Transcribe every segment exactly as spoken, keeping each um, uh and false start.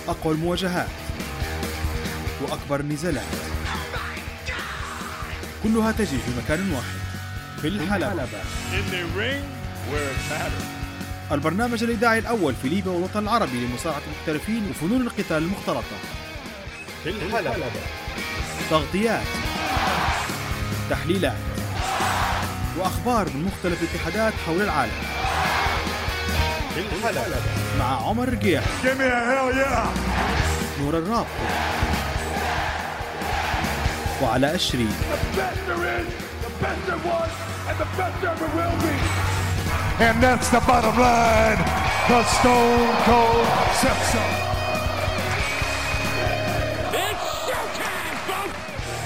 أقوى المواجهات وأكبر النزالات كلها تجري في مكان واحد في الحلبة. البرنامج الإذاعي الأول في ليبيا والوطن العربي لمصارعة المحترفين وفنون القتال المختلطة في الحلبة. تغطيات، تحليلات، وأخبار من مختلف الاتحادات حول العالم في الحلبة مع عمر رقيح، نور الرابط، وعلى أشري. And that's the bottom line, the Stone Cold Sepsis. It's showtime, folks!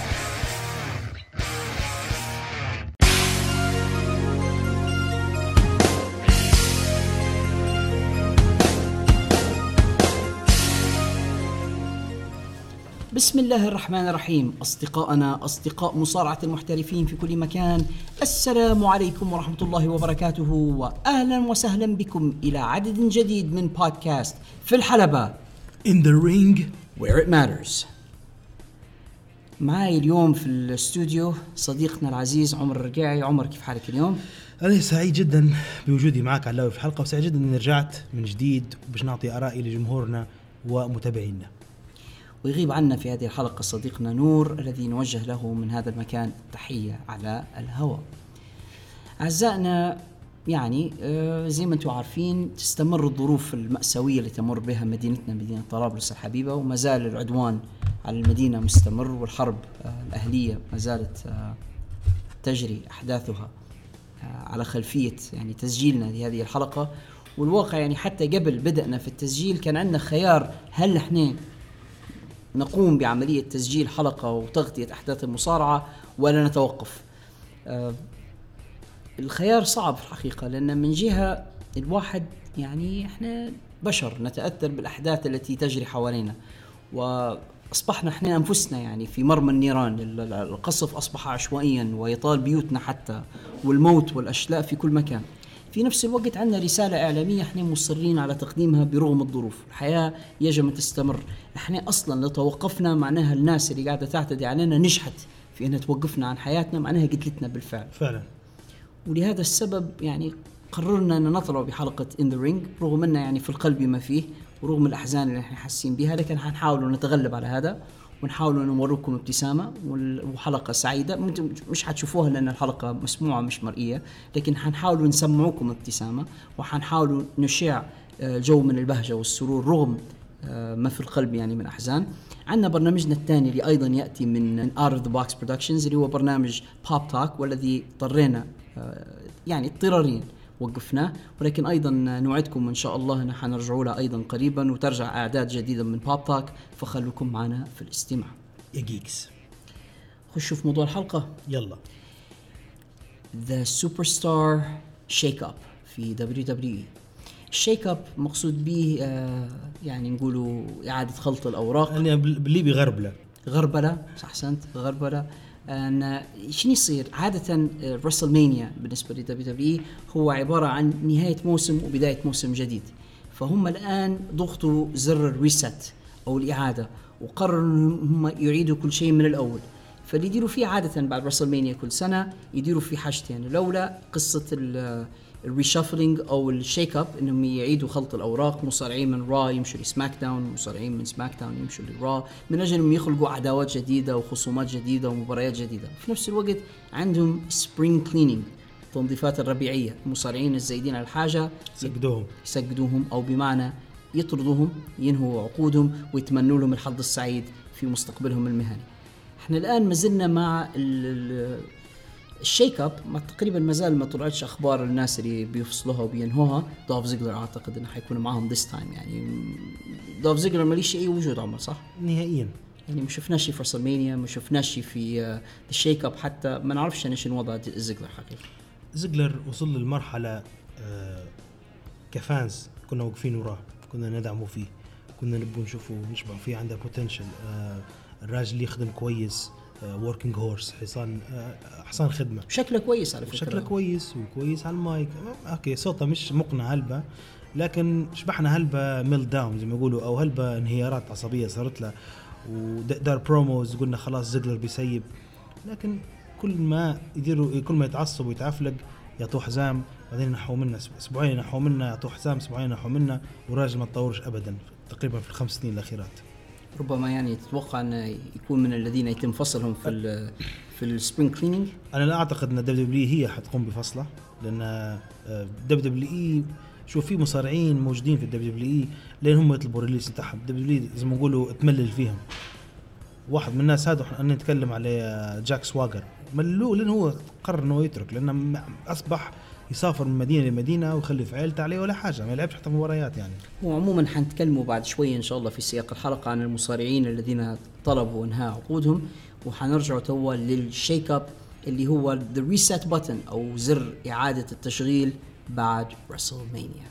بسم الله الرحمن الرحيم. أصدقائنا أصدقاء مصارعة المحترفين في كل مكان، السلام عليكم ورحمة الله وبركاته، وأهلا وسهلا بكم إلى عدد جديد من بودكاست في الحلبة In the ring where it matters. معي اليوم في الاستوديو صديقنا العزيز عمر الرقيعي. عمر، كيف حالك اليوم؟ أنا سعيد جدا بوجودي معك على في الحلقة، وسعيد جدا أني رجعت من جديد باش نعطي آرائي لجمهورنا ومتابعينا. ويغيب عنا في هذه الحلقة صديقنا نور، الذي نوجه له من هذا المكان تحية على الهواء. أعزائنا، يعني زي ما أنتم عارفين تستمر الظروف المأساوية اللي تمر بها مدينتنا، مدينة طرابلس الحبيبة، وما زال العدوان على المدينة مستمر، والحرب الأهلية ما زالت تجري أحداثها على خلفية يعني تسجيلنا لهذه الحلقة. والواقع يعني حتى قبل بدأنا في التسجيل كان عندنا خيار، هل احنا نقوم بعملية تسجيل حلقة وتغطية أحداث المصارعة ولا نتوقف. آه الخيار صعب في الحقيقة، لأن من جهة الواحد يعني إحنا بشر نتأثر بالأحداث التي تجري حوالينا، وأصبحنا إحنا أنفسنا يعني في مرمى النيران. القصف أصبح عشوائيا ويطال بيوتنا حتى، والموت والأشلاء في كل مكان. في نفس الوقت عندنا رسالة إعلامية احنا مصرين على تقديمها برغم الظروف. الحياة يجب أن تستمر. احنا أصلا لو توقفنا معناها الناس اللي قاعدة تعتدي علينا نجحت في أنها توقفنا عن حياتنا، معناها قتلتنا بالفعل فعلا. ولهذا السبب يعني قررنا أن نطلع بحلقة In the Ring، رغم أننا يعني في القلب ما فيه ورغم الأحزان اللي احنا حاسين بها، لكن هنحاول نتغلب على هذا ونحاول نوريكم ابتسامة وحلقة سعيدة. مش حتشوفوها لأن الحلقة مسموعة مش مرئية، لكن حنحاول نسمعوكم ابتسامة، وحنحاول نشيع جو من البهجة والسرور رغم ما في القلب يعني من أحزان. عندنا برنامجنا الثاني اللي أيضا يأتي من Out of the Box Productions، اللي هو برنامج Pop Talk، والذي اضطرينا يعني اضطراريا وقفناه، ولكن أيضا نوعدكم إن شاء الله أن حنرجعوا له أيضا قريبا، وترجع أعداد جديدة من باب تاك، فخلوكم معنا في الاستماع يا جيكس. خشوا في موضوع الحلقة. يلا. The Superstar Shake Up في دبليو دبليو إي. الشيك اب مقصود به آه يعني نقولوا إعادة خلط الأوراق، يعني بالليبي غربلة. غربلة، أحسنت، غربلة. أن شنو يصير عادة رسل مانيا بالنسبة لدبليو دبليو إي هو عبارة عن نهاية موسم وبداية موسم جديد. فهم الآن ضغطوا زر الريست أو الإعادة، وقرروا هم يعيدوا كل شيء من الأول. فاللي يديروا فيه عادة بعد رسل مانيا كل سنة يديروا فيه حاجتين. الأولى قصة الريشافلينج أو الشيك أب، إنهم يعيدوا خلط الأوراق، مصارعين من را يمشوا لسماك داون، مصارعين من سماك داون يمشوا لرا، من أجل إنهم يخلقوا عداوات جديدة وخصومات جديدة ومباريات جديدة. في نفس الوقت عندهم سبرينج كلينينج، تنظيفات الربيعية. المصارعين الزايدين على الحاجة يسجدوهم يسجدوهم أو بمعنى يطردوهم، ينهوا عقودهم ويتمنوا لهم الحظ السعيد في مستقبلهم المهني. احنا الآن ما زلنا مع الشيك اب، ما تقريبا ما زال ما طلعتش اخبار الناس اللي بيفصلوها وبينهوها. دوف زيجلر اعتقد انه حيكون معاهم this time. يعني دوف زيجلر ماليش اي وجود عمر، صح؟ نهائيا يعني ما شفناش في رسلمانيا، ما شفناش في الشيك اب، حتى ما نعرفش ايش الوضع زيجلر حقيقي. زيجلر وصل للمرحله آه كفانز كنا واقفين وراه، كنا ندعمه فيه، كنا نبغى نشوفه نشبع فيه، عنده بوتنشل. آه الراجل اللي يخدم كويس، ووركينج هورس، حصان حصان خدمه، شكله كويس على فكره، شكله كويس وكويس على المايك. اوكي صوته مش مقنع هلبة، لكن شبحنا هلبة ميل داون زي ما يقولوا او هلبة انهيارات عصبيه صارت له ودار بروموز قلنا خلاص زيجلر بيسيب، لكن كل ما يديروا كل ما يتعصب ويتعفلق يعطوه حزام، بعدين ينحوا منه اسبوعين ينحوا منه يعطوه حزام اسبوعين ينحوا منه وراجل ما تطورش ابدا تقريبا في الخمس سنين الاخيرات. ربما يعني تتوقع انه يكون من الذين يتم فصلهم في ال في السبرينج كليننج؟ انا لا اعتقد ان دبليو دبليو هي حتقوم بفصله، لان دبليو دبليو اي شوف في مصارعين موجودين في الدبليو دبليو اي لين هم يطلبوا الريليس تاعهم. دبليو دبليو زي ما نقولوا تملل فيهم. واحد من الناس هذا احنا نتكلم عليه جاك سواجر مللوه لان هو قرر انه يترك، لانه اصبح يسافر من مدينه لمدينه ويخلي في عيلته عليه ولا حاجه، ما يلعبش حتى مباريات يعني. وعموما حنتكلموا بعد شويه ان شاء الله في سياق الحلقه عن المصارعين الذين طلبوا انهاء عقودهم، وحنرجع توا للشيك اب اللي هو ذا ريسيت بutton او زر اعاده التشغيل بعد رسلمانيا.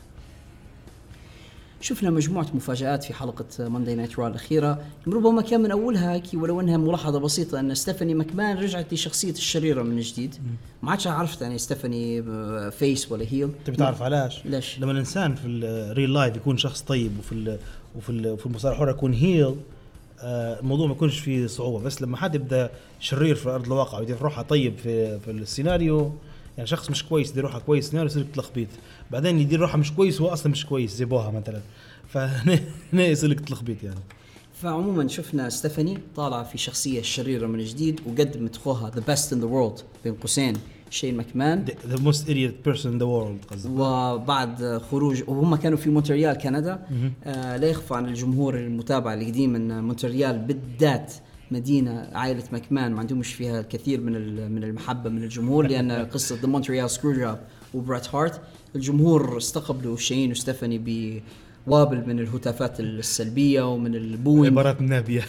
شفنا مجموعة مفاجآت في حلقة ماندي نايت رو الأخيرة، ربما كان من أولها هيك ولو أنها ملاحظة بسيطة أن ستيفاني ماكمان رجعت لشخصية الشريرة من جديد. ما عادش عرفت يعني ستيفاني فيس ولا هيل. تبي تعرف علاش؟ ليش؟ لما الإنسان في الريل لايف يكون شخص طيب وفي وفي في المصارعة الحرة يكون هيل، آه الموضوع ما يكونش فيه صعوبة، بس لما حد يبدأ شرير في أرض الواقع ويدير روحه طيب في في السيناريو، يعني شخص مش كويس يدير روحه كويس سيناريو يصير تلخبيط، بعدين يدير روحه مش كويس هو أصلا مش كويس زي بوها مثلا، فهنا يصير لك تلخبيط يعني. فعموما شفنا ستيفاني طالعة في شخصية شريرة من جديد وقدمت أخوها the best in the world بين قوسين شين ماكمان the, the most idiot person in the world قصدي. وبعد خروج وهم كانوا في مونتريال كندا. آه لا يخفى عن الجمهور المتابع القديم أن مونتريال بالذات مدينة عائلة ماكمان ما عندهمش فيها الكثير من من المحبة من الجمهور، لأن قصة the Montreal Screwjob وبرات هارت الجمهور استقبلوا شين وستيفاني ب وابل من الهتافات السلبية ومن البوين عبارات نابية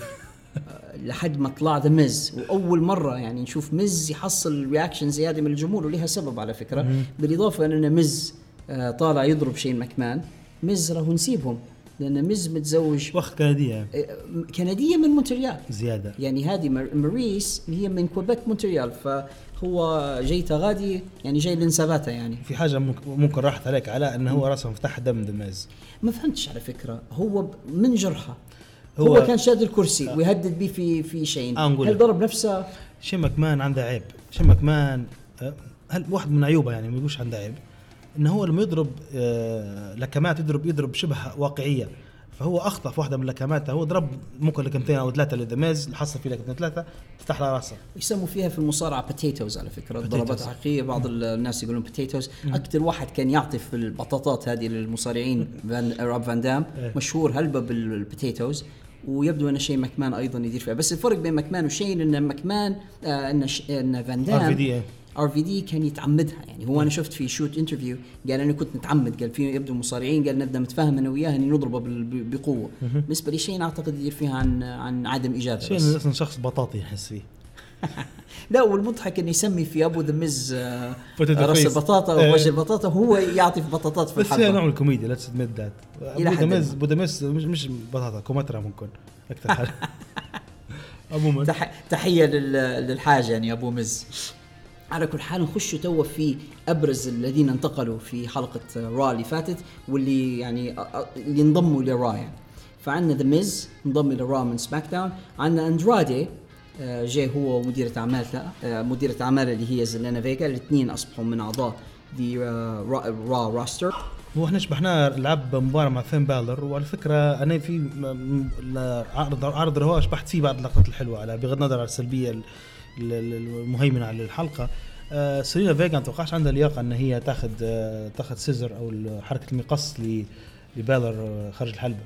لحد ما طلع ذا ميز. وأول مرة يعني نشوف ميز يحصل رياكشن زيادة من الجمهور وليها سبب على فكرة. بالإضافة أن ميز طالع يضرب شين ماكمان، ميز راهو نسيبهم لأن ميز متزوج وقت كندية كندية من مونتريال زيادة، يعني هذه ماريس هي من كوبيك مونتريال، فهو جاي تغادي يعني جاي لنساباتها. يعني في حاجة ممكن راحت عليك على أنه هو راسه مفتاح دم دماز. ما فهمتش على فكرة، هو من جرحه هو, هو كان شاد الكرسي ويهدد بيه في في شيء، هل ضرب نفسه؟ شين ماكمان عنده عيب، شين ماكمان هل واحد من عيوبه يعني ما يقولش عنده عيب انه هو لما يضرب آه لكمات يضرب يضرب شبه واقعيه، فهو اخطا في واحده من لكماته، هو ضرب ممكن لكمتين او ثلاثه للدماز اللي حصل فيه لكمتين ثلاثه تفتح له راسه. يسموا فيها في المصارعه بوتيتوز على فكره، ضربات حقيقيه بعض الناس يقولون بوتيتوز. اكثر واحد كان يعطف البطاطات هذه للمصارعين فان روب فان دام مشهور هلبة بالبوتيتوز، ويبدو ان شين ماكمان ايضا يدير فيها. بس الفرق بين ماكمان وشين ان ماكمان آه ان ش... ان فان دام ار في دي كان يتعمدها. يعني هو انا شفت في شوت انترفيو قال انا كنت متعمد، قال في يبدو مصارعين قال نبدا متفاهم انا وياه اني نضربه بقوه. بالنسبه لي شيء اعتقد يدير فيها عن عن عدم اجابه، شيء اصلا شخص بطاطي يحس فيه. لا والمضحك انه يسمي في ابو ذا ميز راس البطاطا ووجه البطاطا، هو يعطي بطاطات في الحلقه. بس نوع الكوميديا لا تسمد ذات. ابو ذا ميز ابو ذا ميز مش مش بطاطا كومترا ممكن اكثر حاجه. عموما تحيه للحاجه يعني ابو ميز. على كل حال نخش توا في ابرز الذين انتقلوا في حلقه را اللي فاتت واللي يعني اللي انضموا لرا. يعني فعندنا ذا ميز انضم لرا من سماك داون، عندنا اندرادي جاي هو مديرة أعمال مديرة أعمال اللي هي زيلينا فيغا، الاثنين أصبحوا من أعضاء دي را راستر. هو احنا شبحنا لعب مباراة مع فين بالر، وعلى فكرة أنا في عرض عرض رواش بحث فيه بعض اللقطات الحلوة على بغض النظر عن السلبية المهيمنة على الحلقة. آه سيلينا فيغا ما توقعش عندها لياقة أن هي تاخذ آه تاخذ سيزر أو حركة المقص لبالر خارج الحلبة.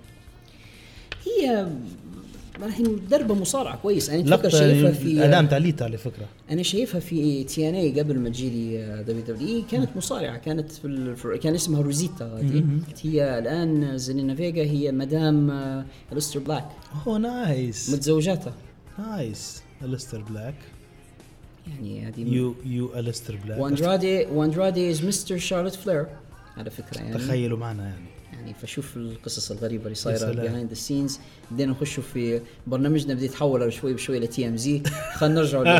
هي الحين دربة مصارعة كويس. أنا فكر شايفها في ألام تعليتها على فكرة. أنا شايفها في تي إن إيه قبل ما تجيلي دبليو دبليو إي، كانت مصارعة، كانت في ال... كان اسمها روزيتا هذه. هي الآن زيلينا فيغا هي مدام أليستر بلاك. أوه نايس. متزوجاتها. نايس أليستر بلاك. يعني هذه يو يو أليستر بلاك. واندرادي واندرادي إز مستر شارلوت فلير على فكرة. يعني تخيلوا معنا يعني. يعني فشوف القصص الغريبة اللي صايرة behind the scenes. بدينا نخشوا في برنامجنا، بدي يتحول شوي بشوي لتي ام زي. خلينا نرجع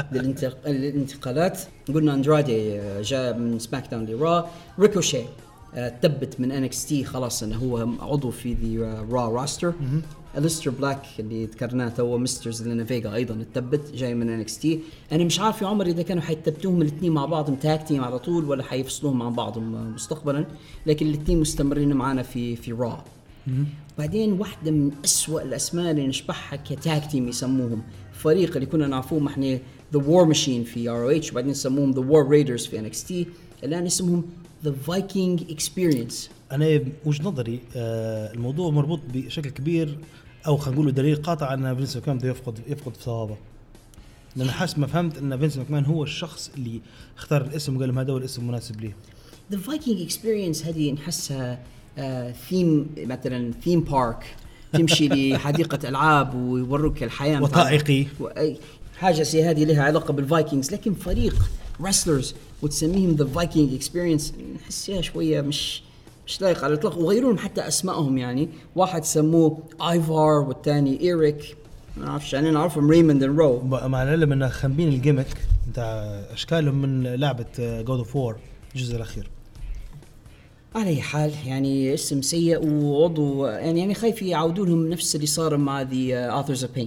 للانتقالات. قلنا اندرادي جاء من سماك داون لرا. ريكوشي تثبت من إن إكس تي خلاص انه هو عضو في ذا را راستر. أليستر بلاك اللي ذكرناه تو مستر زيلينا فيجا ايضا تثبت جاي من إن إكس تي. انا مش عارف يا عمر اذا كانوا حيثبتوهم الاثنين مع بعض تاك تيم على طول ولا حيفصلوهم عن بعضهم مستقبلا، لكن الاثنين مستمرين معنا في في را. بعدين واحدة من أسوأ الأسماء اللي نشبحها كتاك تيم يسموهم فريق اللي كنا نعرفوهم احنا The War Machine في آر أو إتش وبعدين يسموهم The War Raiders في إن إكس تي، الآن اسمهم The Viking Experience. أنا وجه نظري آه الموضوع مربوط بشكل كبير أو خلينا نقول دليل قاطع أن فينس ماكمان بده يفقد يفقد في ثوابه، لأن حسب ما فهمت أن فينس ماكمان هو الشخص اللي اختار الاسم وقال لهم هذا هو الاسم المناسب ليه. The Viking Experience هذه نحسها ثيم uh, مثلا ثيم بارك تمشي لحديقة ألعاب ويوروك الحياة وثائقي حاجة زي هذه لها علاقة بالفايكنجز، لكن فريق رسلرز وتسميهم The Viking Experience نحسها شوية مش مش لايق على الإطلاق. وغيرون حتى أسمائهم، يعني واحد سموه آيفار والثاني إيريك ما أعرفش يعني نعرفهم ريموند اند رو، مع العلم أن خنبين الجيمك نتاع أشكالهم من لعبة جود اوف وور الجزء الأخير. على أي حال يعني اسم سيء وعضو يعني يعني خايف يعودوا لهم نفس اللي صار مع ذي آثرز اوف بين،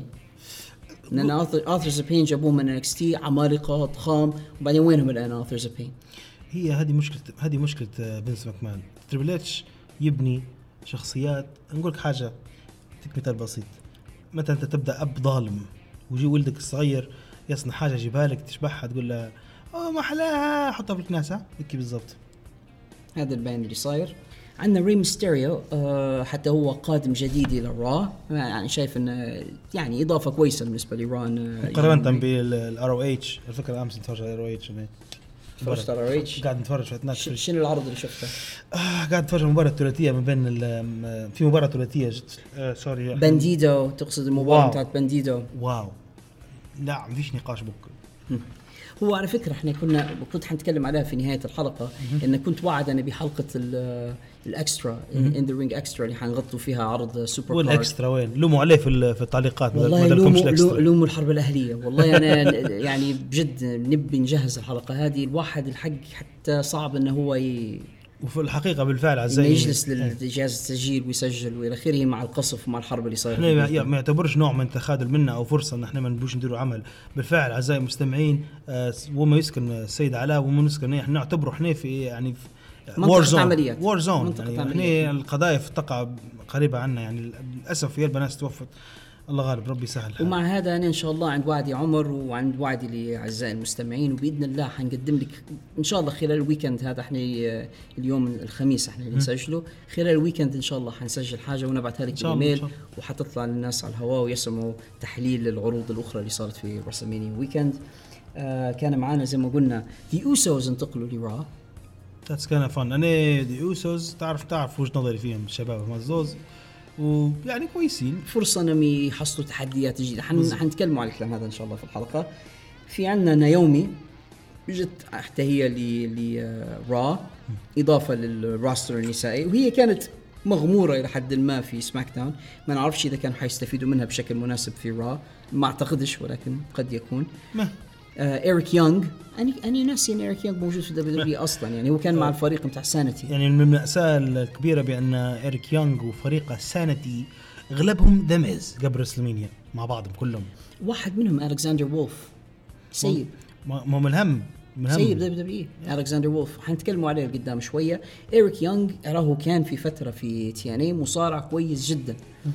لأن آثرز اوف بين جابوه من إن إكس تي عمالقة ضخام وبعدين وينهم الآن آثرز اوف بين؟ هي هذه مشكلة هذه مشكلة فينس ماكمان. تريبل اتش يبني شخصيات. نقول لك حاجة تك مثال بسيط، مثلا أنت تبدأ أب ظالم ويجي ولدك الصغير يصنع حاجة جيبها لك تشبهها تقول له أوه ما أحلاها حطها في الكناسة هيك بالضبط. هذا البين اللي صاير. عندنا ري ميستيريو آه حتى هو قادم جديد إلى را، يعني شايف إنه يعني إضافة كويسة بالنسبة لرا مقارنة بالآر أو إتش. الفكرة أمس نتفرج على آر أو إتش فرست آر أو إتش قاعد نتفرج في ش... شنو العرض اللي شفته؟ آه قاعد نتفرج مباراة ثلاثية ما بين في مباراة ثلاثية جت آه سوري بانديدو. تقصد المباراة بتاعت بانديدو؟ واو لا ما فيش نقاش بك. هو على فكرة احنا كنا كنت حنتكلم عليها في نهاية الحلقة ان كنت وعد انا بحلقة الاكسترا ان ذا رينج اكسترا اللي حنغطوا فيها عرض سوبر كارد. والاكسترا وين لوموا عليه في في التعليقات والله لوموا لوموا الحرب الأهلية. والله انا يعني بجد نبي نجهز الحلقة هذه الواحد الحق حتى صعب انه هو ي... وفي الحقيقة بالفعل عزيزي يجلس للجهاز التسجيل ويسجل والى اخره مع القصف ومع الحرب اللي صايره. احنا ما يعتبرش نوع من تخاذل منا او فرصة ان احنا ما نبوش نديروا عمل. بالفعل اعزائي المستمعين آه وما يسكن السيد علاء وما نسكن احنا نعتبره احنا في يعني في منطقة عمليات وور زون يعني احنا القضايا تقع قريبة عنا يعني للاسف يا البنات توفت الله غالب ربي سهل. ومع هذا أنا إن شاء الله عند وعدي عمر وعند وعدي لأعزائي المستمعين وبإذن الله حنقدم لك إن شاء الله خلال الويكند هذا إحنا اليوم الخميس إحنا اللي نسجله خلال الويكند إن شاء الله حنسجل حاجة ونبعثها لك بالإيميل وحتطلع للناس على الهواء ويسمعوا تحليل العروض الأخرى اللي صارت في رسميني ويكند. آه كان معنا زي ما قلنا دي أوسوز انتقلوا لرا. That's kind of fun. أنا دي أوسوز تعرف تعرف وجه نظري فيهم الشباب مزوز ويعني كويسين فرصة انهم يحصلوا تحديات جديدة. حن حنتكلموا على الكلام هذا ان شاء الله في الحلقة. في عندنا نايومي جت حتى هي لرا اضافة للراستر النسائي وهي كانت مغمورة الى حد ما في سماك داون. ما نعرفش اذا كانوا حيستفيدوا منها بشكل مناسب في را ما اعتقدش ولكن قد يكون. ما آه إريك يونغ أنا أنا ناسي إن إريك يونغ موجود في دبليو دبليو أصلاً يعني هو كان مع الفريق متاع سانتي. يعني من المأساة الكبيرة بأن إريك يونغ وفريقه سانتي أغلبهم دمز قبل رسلمانيا مع بعضهم كلهم. واحد منهم ألكسندر وولف سيب ما ملهم سيب دبليو دبليو ألكسندر وولف حنتكلموا عليه قدام شوية. إريك يونغ أراه كان في فترة في تي إن إيه مصارع كويس جداً.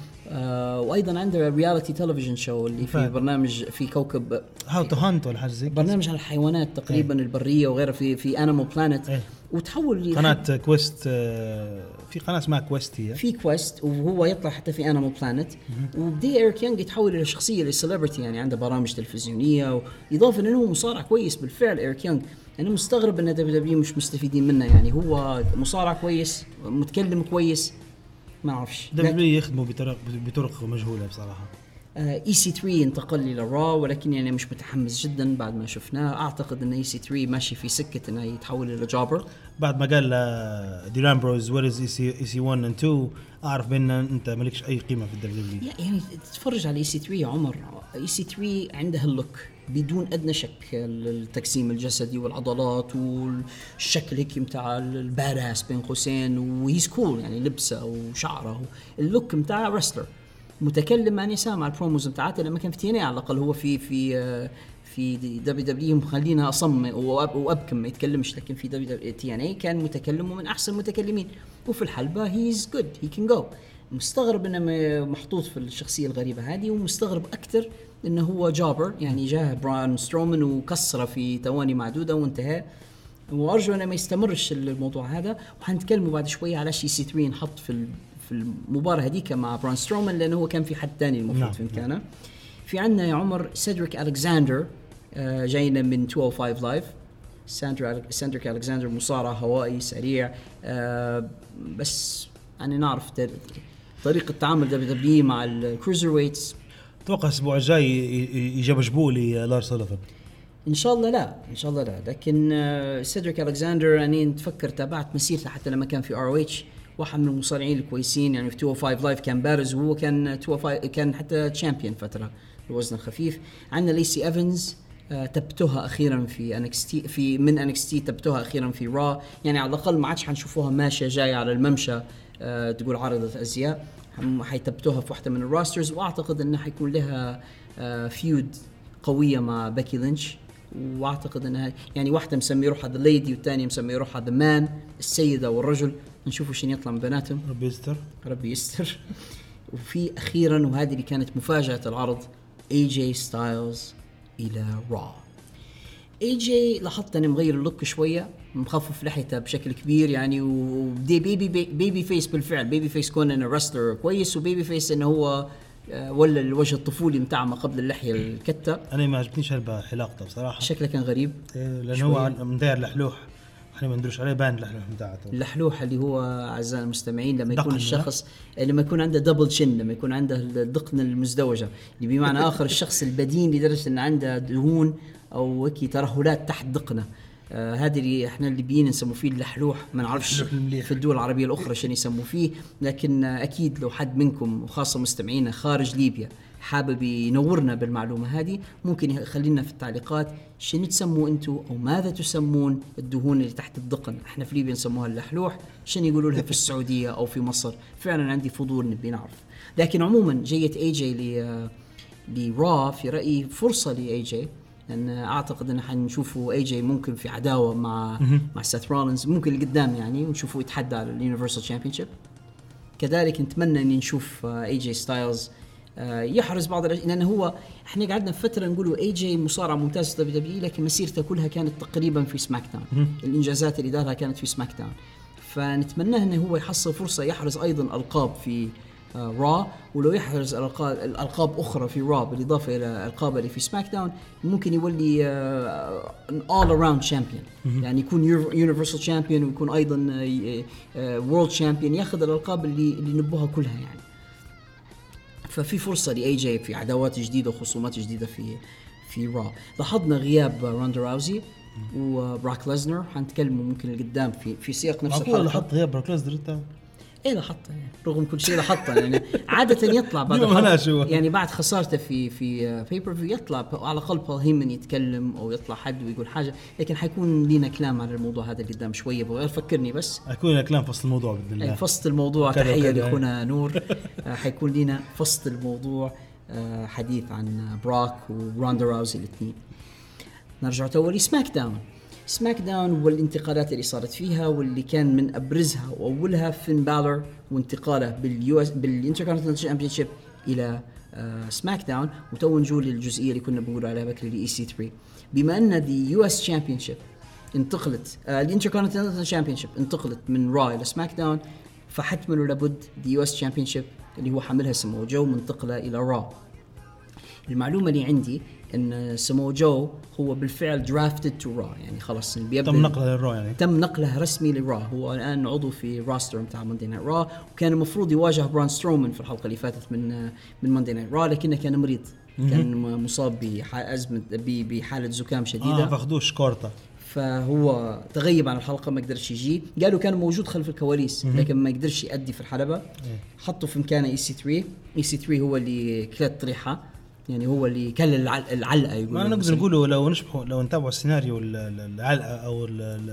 آه وايضا عنده رياليتي تلفزيون شو اللي في برنامج في كوكب هاو تو هانت ولا حاجه زي برنامج عن الحيوانات تقريبا ايه. البريه وغيرها في في انيمال بلانت ايه. وتحول قناه كويست آه في قناه اسمها كويست هي في كويست وهو يطلع حتى في انيمال بلانت وبدي إريك يونغ يتحول الى شخصيه للسليبرتي يعني عنده برامج تلفزيونيه واضافه انه مصارع كويس بالفعل. إريك يونغ انا مستغرب ان دبليو دبليو مش مستفيدين منه يعني هو مصارع كويس متكلم كويس ما اعرفش دبليو يخدموا بطرق بطرق مجهوله بصراحه. اي سي ثلاثة انتقل الى را، ولكن يعني مش متحمس جدا بعد ما شفناه. اعتقد ان اي سي ثلاثة ماشي في سكه انه يتحول الى جوبر. بعد ما قال ديران بروز وير از اي سي اي سي واحد اند اثنين اعرف بان انت مالكش اي قيمه في الدبليو دبليو. يعني تتفرج على اي سي ثلاثة يا عمر، اي سي ثلاثة عنده اللوك بدون ادنى شك، التقسيم الجسدي والعضلات والشكل هيك متاع الباراس بين قوسين، وهيز كول يعني لبسه وشعره، اللوك متاع رسلر متكلم. يعني سامع البروموز بتاعته لما كان في تي على الاقل، هو في في في دبليو دبليو مخلينا اصم وابكم ما يتكلمش، لكن في دبليو تي ان اي كان متكلم ومن احسن المتكلمين، وفي الحلبه هيز جود هي كان جو. مستغرب انه محطوط في الشخصيه الغريبه هذه، ومستغرب اكثر انه هو جابر، يعني جاه بران سترومان وكسره في ثواني معدوده وانتهى. وارجو انه ما يستمرش الموضوع هذا، وحنتكلموا بعد شويه على شي سي ثلاثة نحط في في المباراه هذيك مع بران سترومان، لانه هو كان في حد ثاني المفروض في مكانه. في عندنا يا عمر سيدريك ألكساندر آه جاينا من مئتين وخمسة لايف. سيدريك ألكساندر مصارع هوائي سريع، آه بس يعني نعرف طريقه تعامل دبليو دبليو مع الكروزر ويتس. اتوقع الاسبوع الجاي يجبجبوا لي لارس سوليفان ان شاء الله. لا ان شاء الله لا، لكن آه سيدريك ألكساندر يعني نتفكر تابعت مسيرته حتى لما كان في ار او اتش، واحد من المصارعين الكويسين. يعني في مئتين وخمسة لايف كان بارز، وهو كان كان حتى تشامبيون فتره الوزن الخفيف. عندنا ليسي ايفنز آه تبتها اخيرا في انكستي، في من انكستي تبتها اخيرا في را، يعني على الاقل ما عادش حنشوفوها ماشيه جايه على الممشى آه تقول عارضه ازياء، حيتبتوها في واحده من الراسترز. واعتقد انه حيكون لها آه فيود قويه مع بيكي لينش، واعتقد انها يعني واحده مسميه روحها ذا ليدي والثانيه مسميه روحها ذا مان، السيده والرجل. نشوفوا شنو يطلع من بيناتهم، ربي يستر ربي يستر. وفي اخيرا، وهذه اللي كانت مفاجاه العرض، اي جي ستايلز الى را. اي جي لاحظت انه مغير اللوك شويه، مخفف لحيته بشكل كبير يعني، ودي بيبي بي بيبي فيس بالفعل. بيبي فيس كون انه رستلر كويس، وبيبي فيس انه هو ولا الوجه الطفولي متاع ما قبل اللحيه الكتة. انا ما عجبتنيش هالحلاقته بصراحه، شكله كان غريب لانه هو مداير لحلوح، احنا ما ندروش عليه بان اللحلوح بتاعته. اللحلوح اللي هو اعزائي المستمعين لما يكون الشخص لما يكون عنده دبل شن، لما يكون عنده الدقن المزدوجه، اللي بمعنى اخر الشخص البدين لدرجه ان عنده دهون او هيك ترهلات تحت دقنه. آه هذا اللي احنا الليبيين نسموه فيه اللحلوح، ما نعرفش في الدول العربيه الاخرى شنو يسموه فيه، لكن آه اكيد لو حد منكم وخاصه مستمعينا خارج ليبيا حابب ينورنا بالمعلومه هذه، ممكن يخلينا في التعليقات شنو تسموا انتم او ماذا تسمون الدهون اللي تحت الدقن. احنا في ليبيا نسموها اللحلوح، شنو يقولوا لها في السعوديه او في مصر؟ فعلا عندي فضول نبي نعرف. لكن عموما جيت اي جي ل لرا في رايي فرصه لاي جي، لأن أعتقد أن حنشوفوا أي جي ممكن في عداوة مع مع سيث رولينز ممكن لقدام يعني، ونشوفوا يتحدى على اليونيفرسال تشامبيونشيب. كذلك نتمنى أن نشوف أي جي ستايلز يحرز بعض الأشياء، لأنه هو إحنا قعدنا فترة نقولوا أي جي مصارع ممتاز في دبليو دبليو، لكن مسيرته كلها كانت تقريبا في سماك داون، الإنجازات اللي دارها كانت في سماك داون. فنتمنى أنه هو يحصل فرصة يحرز أيضا ألقاب في را، ولو يحرز الألقاب أخرى في را بالإضافة إلى ألقاب اللي في سماك داون، ممكن يولي all around champion، يعني يكون universal champion ويكون أيضا world champion، يأخذ الألقاب اللي اللي نبوها كلها يعني. ففي فرصة لأي جي في عداوات جديدة وخصومات جديدة في في را. لاحظنا غياب روندا راوزي وبراك ليزنر، حنتكلموا ممكن القدام في في سياق نفس الحلقة. لاحظت غياب براك ليزنر انت؟ ايه لاحظته يعني. رغم كل شيء لاحظته يعني. عادة يطلع بعد يعني بعد خسارته في في بيبر فيو يطلع على الاقل بول هيمن يتكلم او يطلع حد ويقول حاجة، لكن حيكون لينا كلام على الموضوع هذا قدام شوية. بغير فكرني بس حيكون لنا كلام فصل الموضوع باذن الله. فصل الموضوع تحية لأخونا نور. حيكون لينا فصل الموضوع حديث عن براك وروندا راوزي الاثنين. نرجع تولي سماك داون. سماك داون والانتقالات اللي صارت فيها، واللي كان من أبرزها وأولها فين بالر وانتقاله باليو اس بالانتركونتيننتال تشامبيونشيب إلى آه سماك داون. وتو نجول للجزئية اللي كنا بنقول عليها بكري لإي سي ثلاثة، بما أن دي يو اس تشامبيونشيب انتقلت آه الانتركونتيننتال تشامبيونشيب انتقلت من را إلى سماك داون، فحتما لابد دي يو اس تشامبيونشيب اللي هو حاملها سمو جو منتقلة إلى را. المعلومة اللي عندي ان سمو جو هو بالفعل drafted to Raw، يعني خلص بيبدأ تم نقله للرو، يعني تم نقله رسمي للرا. هو الان عضو في راستر بتاع ماندي نايت را، وكان المفروض يواجه برون سترومان في الحلقه اللي فاتت من من ماندي نايت را، لكنه كان مريض، كان مصاب بأزمه بحاله زكام شديده، اه فاخدوش كورتا، فهو تغيب عن الحلقه، ما قدرش يجي. قالوا كان موجود خلف الكواليس لكن ما قدرش يأدي في الحلبه. حطوا في مكانه اي سي ثلاثة. اي سي ثلاثة هو اللي كلت ريحه، يعني هو اللي كل العلقه يقول. ما نقدر نقوله لو نشبه لو نتابع السيناريو العلقه او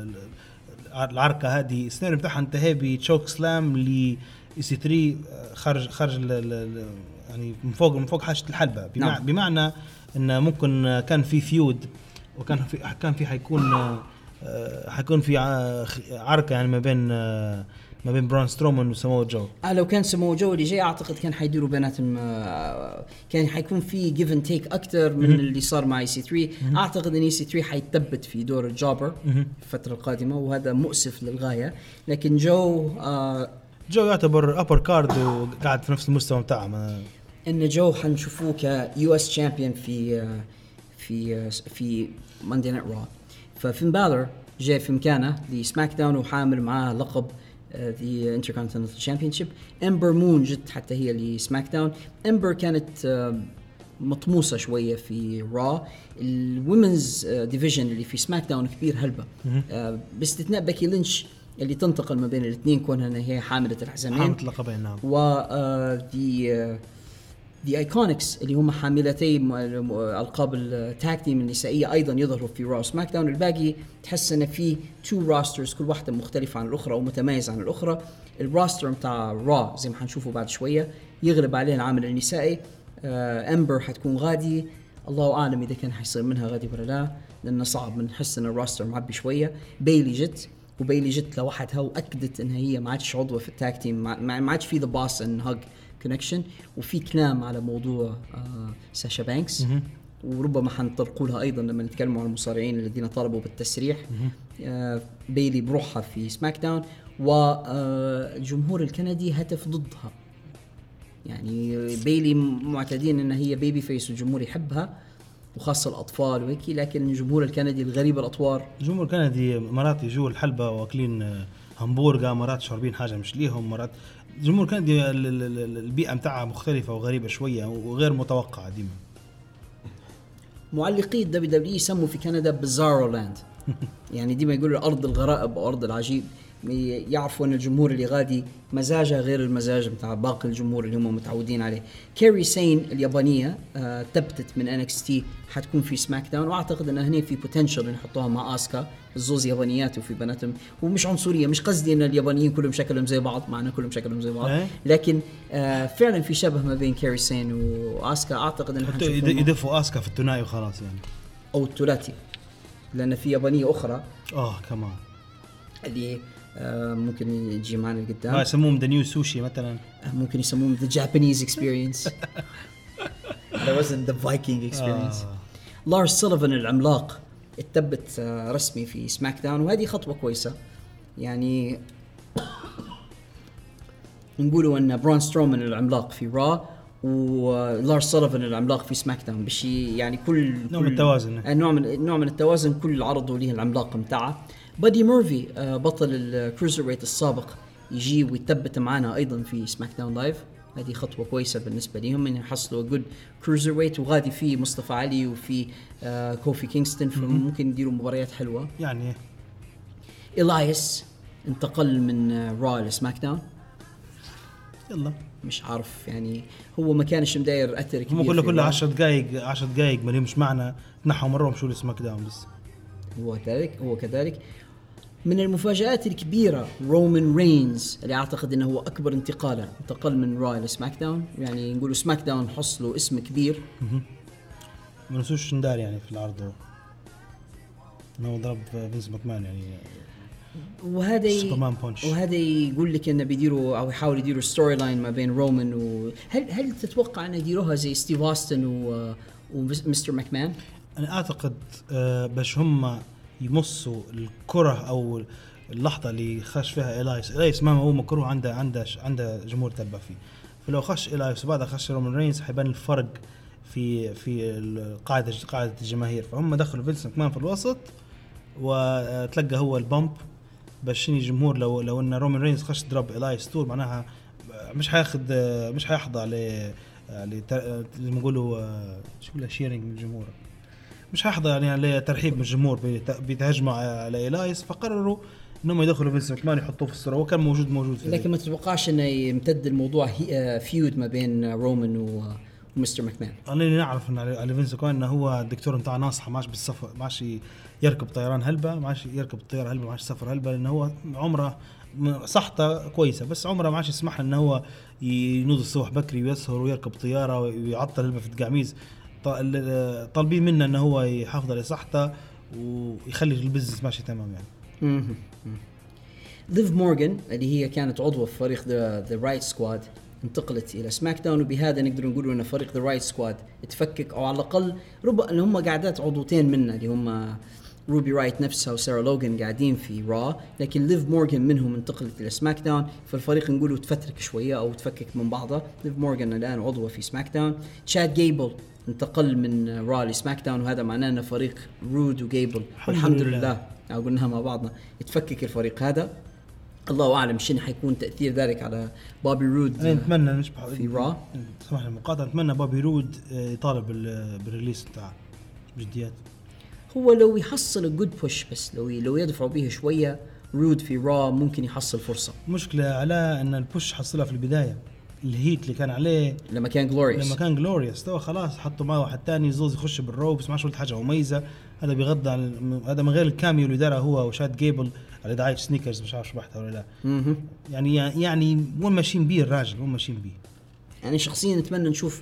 العركه هذه، السيناريو بتاعها انتهى بتشوك سلام ل اي سي ثلاثة خارج خارج يعني من فوق من فوق حاشيه الحلبه، بمعنى, نعم. بمعنى ان ممكن كان في فيود، وكان في كان في حيكون حيكون في عركه يعني ما بين ما بين برون سترومان وسمو جو. آه لو كان سمو جو اللي جاي اعتقد كان حيديروا بيناتهم، آه كان حيكون في جيف اند تيك اكثر من م-م. اللي صار مع اي سي ثلاثة. م-م. اعتقد ان اي سي ثلاثة حيتثبت في دور الجوبر في الفتره القادمه، وهذا مؤسف للغايه. لكن جو آه جو يعتبر ابر كارد وقاعد في نفس المستوى بتاعه. ما ان جو حنشوفوه كيو اس تشامبيون في آه في آه في ماندي نايت را. ففين بالر جاي في مكانه لسماك داون وحامل معاه لقب the Intercontinental Championship. امبر مون جت حتى هي لسماك داون. امبر كانت مطموسة شوية في را. الومنز ديفيجن اللي في سماك داون كبير هلبة، باستثناء باكي لينش اللي تنتقل ما بين الاثنين كونها هي حاملة الحزامين، حاملة اللقبين. نعم. و دي دي ايكونكس اللي هم حاملتي القاب التاج تيم النسائيه ايضا يظهروا في را سماك داون. الباقي تحس ان في تو راسترز كل واحده مختلفه عن الاخرى ومتميزه عن الاخرى. الراستر بتاع را زي ما حنشوفه بعد شويه يغلب عليه العامل النسائي. آه امبر حتكون غادي، الله اعلم اذا كان حيصير منها غادي ولا لا، لانه صعب، بنحس ان الراستر معبي شويه. بايلي جت، وبايلي جت لوحدها واكدت ان هي ما عادش عضوه في التاج تيم، ما عادش في ذا باس ان هاج كونكشن. وفي كلام على موضوع آه ساشا بانكس، وربما حنطرقوا لها ايضا لما نتكلم عن المصارعين الذين طلبوا بالتسريح. آه بايلي بروحها في سماك داون، والجمهور آه الكندي هتف ضدها. يعني بايلي معتادين ان هي بيبي فيس والجمهور يحبها وخاصه الاطفال وهيك، لكن الجمهور الكندي الغريب الاطوار، الجمهور الكندي مرات يجوا الحلبه واكلين همبورغر، مرات شاربين حاجه مش ليهم، مرات الجمهور كندي البيئه متاعها مختلفه وغريبه شويه وغير متوقعه. ديما معلقي الدبليو دبليو يسموا في كندا بزارو لاند، يعني ديما يقولوا ارض الغرائب او ارض العجيب. يعرفوا ان الجمهور اللي غادي مزاجها غير المزاج بتاع باقي الجمهور اللي هم متعودين عليه. كيري سين اليابانيه آه تبتت من إن إكس تي، حتكون في سماك داون، واعتقد ان هنا في بوتنشل نحطوها مع اسكا. الزوز يابانيات وفي بناتهم، ومش عنصريه، مش قصدي ان اليابانيين كلهم شكلهم زي بعض، معنا كلهم شكلهم زي بعض، لكن آه فعلا في شبه ما بين كيري سين واسكا. اعتقد ان يدفوا اسكا في الثنائي وخلاص يعني، او الثلاثي، لان في يابانيه اخرى اه كمان اللي آه ممكن يجي معنا لقدام. ما يسموهم ذا نيو سوشي مثلا، ممكن يسموهم ذا جابانيز اكسبيرينس. That wasn't the Viking experience. لارس سوليفان العملاق اتثبت آه رسمي في سماك داون، وهذه خطوة كويسة. يعني نقولوا ان برون سترومان العملاق في را ولارس سوليفان العملاق في سماك داون، بشي يعني كل نوع من التوازن، نوع من نوع من التوازن، كل عرض وليه العملاق متاعه. بادي ميرفي بطل الكروزر ويت السابق يجي ويثبت معنا ايضا في سماك داون لايف. هذه خطوه كويسه بالنسبه لهم ان يحصلوا جود كروزر ويت، وغادي في مصطفى علي وفي كوفي كينغستون، فممكن يديروا مباريات حلوه. يعني إلايس انتقل من را لسماك داون، يلا مش عارف يعني هو ما كانش مداير اثر كبير، هم كله كله عشر دقائق عشر دقائق ما مش معنا، نحوا مره ومشوا لسماك داون بس. هو كذلك هو كذلك من المفاجآت الكبيرة رومان رينز، اللي أعتقد أنه هو أكبر انتقاله، انتقل من را لسماك داون. يعني نقولوا سماك داون حصلوا اسم كبير، ما نسوش ندار يعني في العرض انه ضرب فينس ماكمان يعني، وهذا وهذا يقول لك انه بيديروا او يحاولوا يديروا ستوري لاين ما بين رومان و هل هل تتوقع ان يديروها زي ستيف أوستن و ومستر ماكمان؟ انا اعتقد آه باش هم يمصوا الكره او اللحظه اللي خش فيها إلايس. إلايس ما هو مكروه، عنده عنده عنده جمهور تبع فيه، فلو خش إلايس وبعدها خش رومان رينز حيبان الفرق في في القاعده قاعده الجماهير، فهم دخلوا فينس ماكمان في الوسط وتلقى هو البامب باش يجي جمهور. لو لو ان رومان رينز خش ضرب إلاي ستور معناها مش هياخد مش هيحظى على زي ما نقولوا شو لا شيرنج من الجمهور، مش هيحظى يعني على ترحيب من الجمهور بيتهجموا على إلايس، فقرروا انهم يدخلوا فينس ماكمان يحطوه في الصوره وكان موجود موجود في لكن ما تتوقعش انه يمتد الموضوع فيود ما بين رومان ومستر ماكمان. انا اللي نعرف ان على فينس ماكمان انه هو الدكتور نتاع ناصحه ماش بالسفر ماش يركب طيران هلبة ماش يركب الطياره هلبة ماش سفر هلبة، لانه هو عمره صحته كويسه بس عمره ماش يسمح انه هو ينوض الصبح بكري ويسهر ويركب طياره ويعطل هلبة في التقاميز. طالبين منه انه هو يحافظ على صحته ويخلي البزنس ماشي تمام يعني. ليف مورغان اللي هي كانت عضوة في فريق ذا رايت سكواد انتقلت الى سماك داون، وبهذا نقدر نقول ان فريق ذا رايت سكواد اتفكك، او على الاقل ربما ان هم قاعدات عضوتين منها اللي هم روبي رايت نفسها وسارة لوغان قاعدين في را، لكن ليف مورغان منهم انتقلت الى سماك داون، فالفريق نقوله تفترك شويه او تفكك من بعضها. ليف مورغان الان عضوة في سماك داون. تشاد جيبل انتقل من را لسماك داون، وهذا معناه ان فريق رود وجيبل الحمد لله او قلناها مع بعضنا يتفكك الفريق هذا. الله أعلم شنو حيكون تأثير ذلك على بوبي رود. أنا أتمنى نشبح في را سمح لي المقاطعة، أتمنى بوبي رود يطالب بالريليس بتاعه بجديات. هو لو يحصل الجود بوش بس لو لو يدفعوا به شوية رود في را ممكن يحصل فرصة. مشكلة على أن البوش حصلها في البداية، الهيت اللي كان عليه لما كان جلوريوس لما كان جلوريوس تو خلاص حطوا معه واحد تاني زوز يخش بالرو بس ما شفت حاجة مميزة. هذا بيغضى عن هذا من غير الكاميو اللي داره هو وشاد جيبل على دعاية سنيكرز مش عارف شبحتها ولا لا. م-م. يعني يعني وين ماشيين بيه الراجل وين ماشيين بيه. يعني شخصيا نتمنى نشوف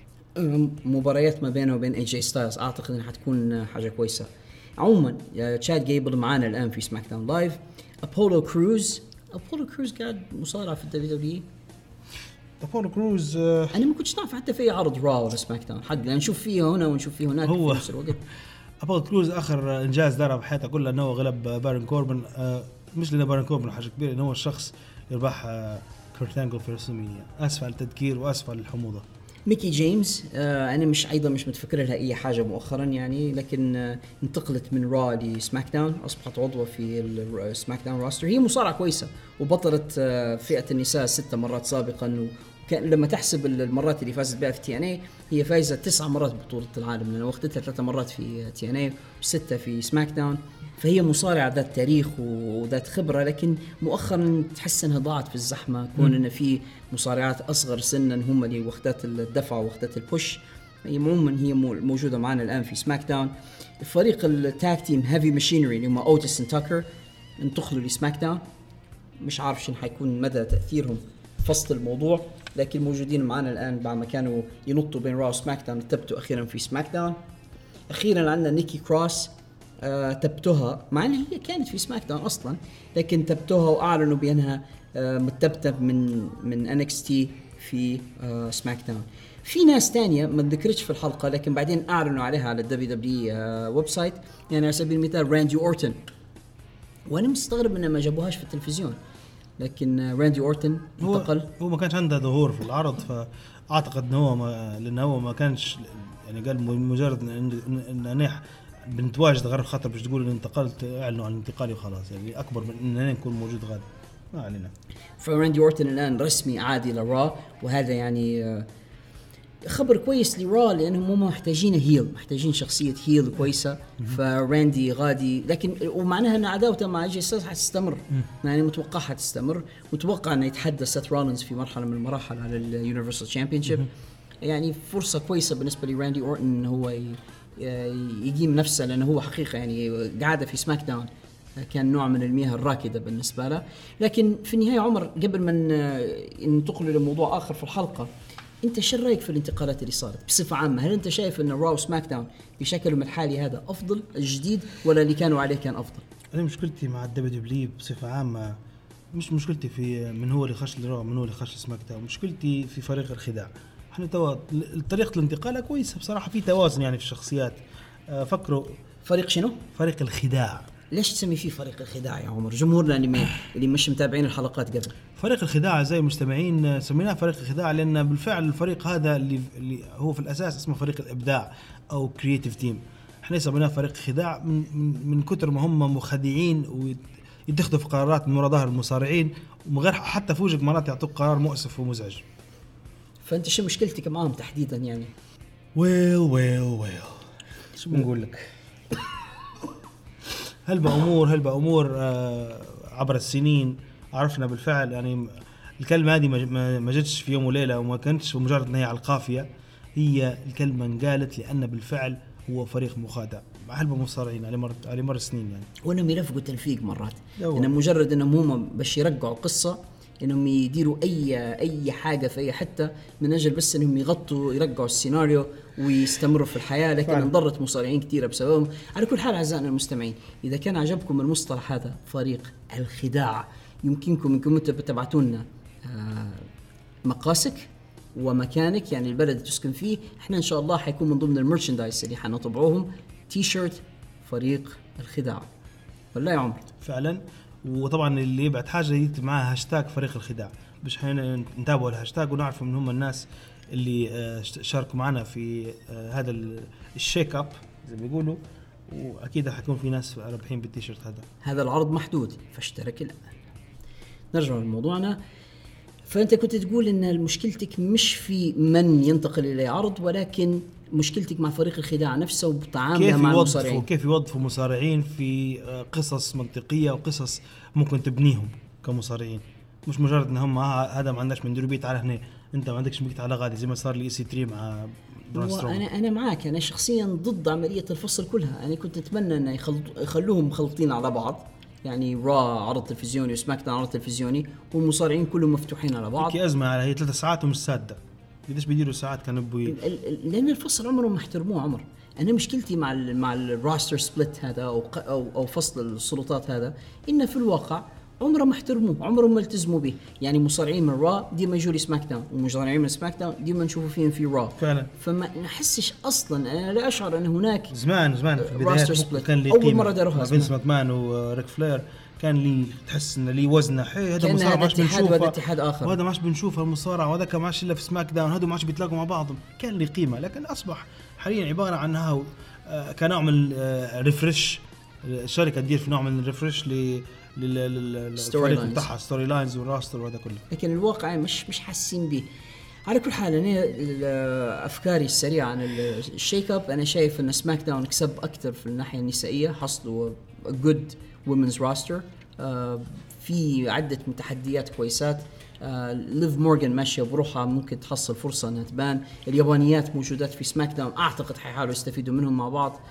مباريات ما بينه وبين اي جي ستايلز، اعتقد انها حتكون حاجة كويسة. عموما تشاد جيبل معانا الان في سماك داون لايف. أبولو كروز أبولو كروز قاعد مصارع في الدبليو دبليو اي. أبولو كروز انا ما كنتش نعرف حتى في عرض راو ولا سماك داون حق يعني نشوف فيه هنا ونشوف فيه هناك هو في نفس الوقت. أبولو كروز آخر إنجاز داره بحياته كلها إنه غلب بارن كوربن. آه مش لأن بارن كوربن حاجة كبيرة، إنه هو الشخص يربح آه كورتانجل في رسمية. أسفل التذكير وأسفل الحموضة. ميكي جيمس آه أنا مش أيضا مش متفكر لها أي حاجة مؤخرا يعني، لكن آه انتقلت من را لسماك داون، أصبحت عضوة في السماك داون راستر. هي مصارعة كويسة وبطلت آه فئة النساء ستة مرات سابقا، وكان لما تحسب المرات اللي فازت بها في تي ان اي هي فايزة تسع مرات ببطولة العالم، لأن وقتها ثلاثة مرات في تي ان اي وستة في سماك داون. فهي مصارعة ذات تاريخ وذات خبرة، لكن مؤخرا تحس انها ضاعت في الزحمة كون ان في مصارعات اصغر سنا هم اللي وقتات الدفع ووقتات البوش. عموما هي موجودة معنا الان في سماك داون. الفريق التاك تيم هيفي ماشينري اللي هم اوتس تاكر انتقلوا لسماك داون، مش عارف شنو حيكون مدى تأثيرهم فصل الموضوع، لكن موجودين معنا الان بعد ما كانوا ينطوا بين راو وسماك داون ثبتوا اخيرا في سماك داون. اخيرا عندنا نيكي كروس آه تبتها، مع ان هي كانت في سماك داون اصلا، لكن تبتها واعلنوا بانها آه متبته من من إن إكس تي في آه سماك داون. في ناس تانية ما ذكرتش في الحلقه لكن بعدين اعلنوا عليها على الدبليو دبليو آه ويب سايت، يعني على سبيل المثال راندي أورتن، وانا مستغرب ان ما جابوهاش في التلفزيون، لكن آه راندي أورتن انتقل. هو, هو ما كانش عنده ظهور في العرض، فاعتقد انه هو ما لانه هو ما كانش يعني قال مجرد ان انا بنتواجد غير خاطر باش تقول ان انتقلت اعلنوا عن انتقالي وخلاص، يعني اكبر من اننا نكون موجود غادي ما علينا. فراندي أورتن الان رسمي عادي لرا، وهذا يعني خبر كويس لرا لانهم هم محتاجين هيل، محتاجين شخصيه هيل كويسه. فراندي غادي، لكن ومعناها ان عداوته مع جي ستايلز حتستمر، يعني متوقع حتستمر، متوقع انه يتحدى سيث رولينز في مرحله من المراحل على اليونيفرسال تشامبيونشيب. يعني فرصه كويسه بالنسبه لراندي أورتن ان هو يقيم نفسه، لأنه هو حقيقة يعني قاعدة في سماك داون كان نوع من المياه الراكدة بالنسبة له. لكن في النهاية عمر قبل ما ننتقل لموضوع آخر في الحلقة، أنت شو رأيك في الانتقالات اللي صارت بصفة عامة؟ هل أنت شايف أن راو سماك داون بشكلهم الحالي هذا أفضل الجديد ولا اللي كانوا عليه كان أفضل؟ أنا مشكلتي مع الدبليو دبليو بصفة عامة مش مشكلتي في من هو اللي خش لراو من هو اللي خش سماك داون، مشكلتي في فريق الخداع. احنا توا طريقه الانتقال كويسه بصراحه، في توازن يعني في الشخصيات. فكروا فريق شنو؟ فريق الخداع. ليش تسمي فيه فريق الخداع يا عمر؟ جمهورنا اللي اللي مش متابعين الحلقات قبل. فريق الخداع زي المستمعين سميناه فريق الخداع لأن بالفعل الفريق هذا اللي, اللي هو في الأساس اسمه فريق الإبداع أو كرياتيف تيم. احنا سميناه فريق الخداع من, من, من كتر ما هم مخدعين ويتخذوا في قرارات من وراء ظهر المصارعين ومن غير حتى فوجئ مرات يعطوك قرار مؤسف ومزعج. فأنت شو مشكلتك معهم تحديدا يعني؟ ويل ويل ويل شو بنقول لك؟ هل بأمور هل بأمور آه عبر السنين عرفنا بالفعل يعني الكلمة هذه ما جتش في يوم وليلة وما كانتش بمجرد أنها على القافية. هي الكلمة انقالت لأن بالفعل هو فريق مخادع مع هلبة مصارعين على مر على مر السنين يعني. وإنهم يلفقوا تلفيق مرات إنهم مجرد إنهم هم بس يرجعوا قصة إنهم يديروا أي أي حاجة في أي حتة من أجل بس إنهم يغطوا يرجعوا السيناريو ويستمروا في الحياة. لكن انضرت مصارعين كثيرة بسببهم. على كل حال أعزائنا المستمعين إذا كان عجبكم المصطلح هذا فريق الخداع يمكنكم إنكم تبعتونا مقاسك ومكانك يعني البلد اللي تسكن فيه. إحنا إن شاء الله حيكون من ضمن الميرشندايز اللي حنطبعوهم تي شيرت فريق الخداع. ولا يا عمر؟ فعلا. وطبعا اللي يبعت حاجة يكتب معها هاشتاج فريق الخداع باش حين نتابعوا الهاشتاج ونعرف من هم الناس اللي شاركوا معنا في هذا الشيك اب زي ما بيقولوا. واكيد حيكون في ناس رابحين بالتيشيرت هذا. هذا العرض محدود فاشترك الان. نرجع لموضوعنا. فانت كنت تقول ان مشكلتك مش في من ينتقل الى عرض ولكن مشكلتك مع فريق الخداع نفسه وبتعامله مع المصارعين. كيف يوظفوا مصارعين في قصص منطقية وقصص ممكن تبنيهم كمصارعين مش مجرد ان هم هذا ما عندكش من دروبيت على هنا انت ما عندكش بيت على غادي زي ما صار لي اي سي ثلاثة مع انا انا معاك. انا شخصيا ضد عمليه الفصل كلها. انا كنت اتمنى ان يخلوهم مخلطين على بعض يعني را عرض تلفزيوني وسماك داون عرض تلفزيوني والمصارعين كلهم مفتوحين على بعض. في ازمه على هي ثلاث ساعات ومش ساده قديش بيديروا ساعات كانوا بي... لان الفصل عمرهم ما احترموه. عمر انا مشكلتي مع ال مع الراستر سبليت هذا او او او فصل السلطات هذا ان في الواقع عمرهم ما احترموه عمرهم ما التزموا به. يعني مصارعين من را ديما يجوا لي سماك داون ومصارعين من سماك داون ديما نشوفوا فيهم في را فعلا. فما نحسش اصلا انا لا اشعر ان هناك زمان زمان في البدايات كان لي اول مره داروها فينس ماكمان وريك فلير كان لي تحس ان لي وزنه حي هذا مصارع ماش بنشوفه وهذا اتحاد اخر وهذا ماش بنشوفه المصارع وهذا كان ماشي الا في سماك داون هذو ماش بيتلاقوا مع بعضهم كان لي قيمه. لكن اصبح حاليا عباره عنها كنوع من ريفرش. الشركه تدير في نوع من الريفرش ل للفريق بتاعها ستوري لاينز والراستر وهذا كله. لكن الواقع مش مش حاسين به. على كل حال انا افكاري السريعه عن الشيك اب انا شايف ان سماك داون كسب اكثر في الناحيه النسائيه حصلوا جود وومنز راستر في عده متحديات كويسات. ليف مورغان ماشيه بروحها ممكن تحصل فرصه انها تبان. اليابانيات موجودات في سماك داون اعتقد حيحاولوا يستفيدوا منهم مع بعض.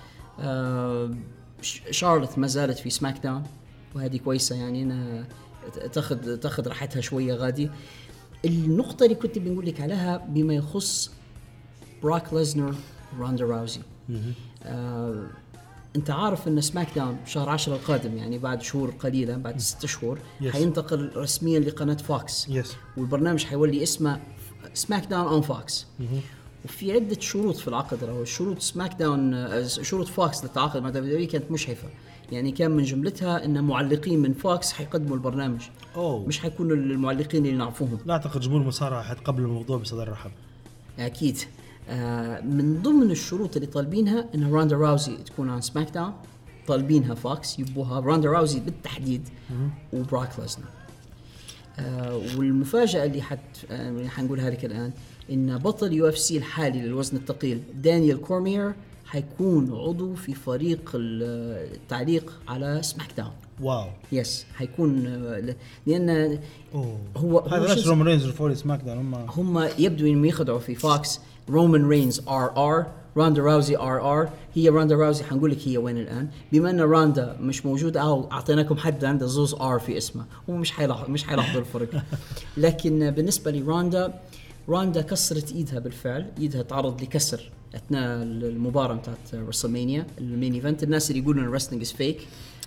شارلوت ما زالت في سماك داون وهذه كويسة يعني أنا تاخذ تاخذ راحتها شوية غادي. النقطة اللي كنت بنقول لك عليها بما يخص براك ليزنر روندا راوزي. آه، أنت عارف إن سماك داون شهر عشرة القادم يعني بعد شهور قليلة بعد ستة شهور yes. حينتقل رسميا لقناة فوكس yes. والبرنامج حيولي اسمه سماك داون أون فوكس. وفي عدة شروط في العقد. هو شروط سماك داون شروط فوكس للتعاقد مع دبليو دبليو كانت مشحفة. يعني كان من جملتها ان معلقين من فوكس حيقدموا البرنامج أوه. مش حيكونوا المعلقين اللي نعرفوهم. لا اعتقد جمهور المصارعه حتقبل الموضوع بصدر رحب. اكيد. آه من ضمن الشروط اللي طالبينها ان روندا راوزي تكون عن سماك داون. طالبينها فوكس يبوها روندا راوزي بالتحديد وبراك ليزنر. آه والمفاجاه اللي حت آه حنقولها لك الان ان بطل يو اف سي الحالي للوزن الثقيل دانيال كورمير حيكون عضو في فريق التعليق على سماك داون. واو يس حيكون لان أوه. هو هذا ليش رومان رينز في سماك داون هم هم يبدو انهم يخدعوا في فوكس. رومان رينز ار ار روندا راوزي ار ار. هي روندا راوزي حنقول لك هي وين الان بما ان روندا مش موجوده او اعطيناكم حد عنده زوز ار في اسمه هو مش حيلاحظ مش حيلاحظوا الفرق. لكن بالنسبه لروندا روندا كسرت ايدها بالفعل. ايدها تعرض لكسر اثناء المباراه بتاعت رسلمانيا المين ايفنت. الناس اللي يقولون الرسلينج از فيك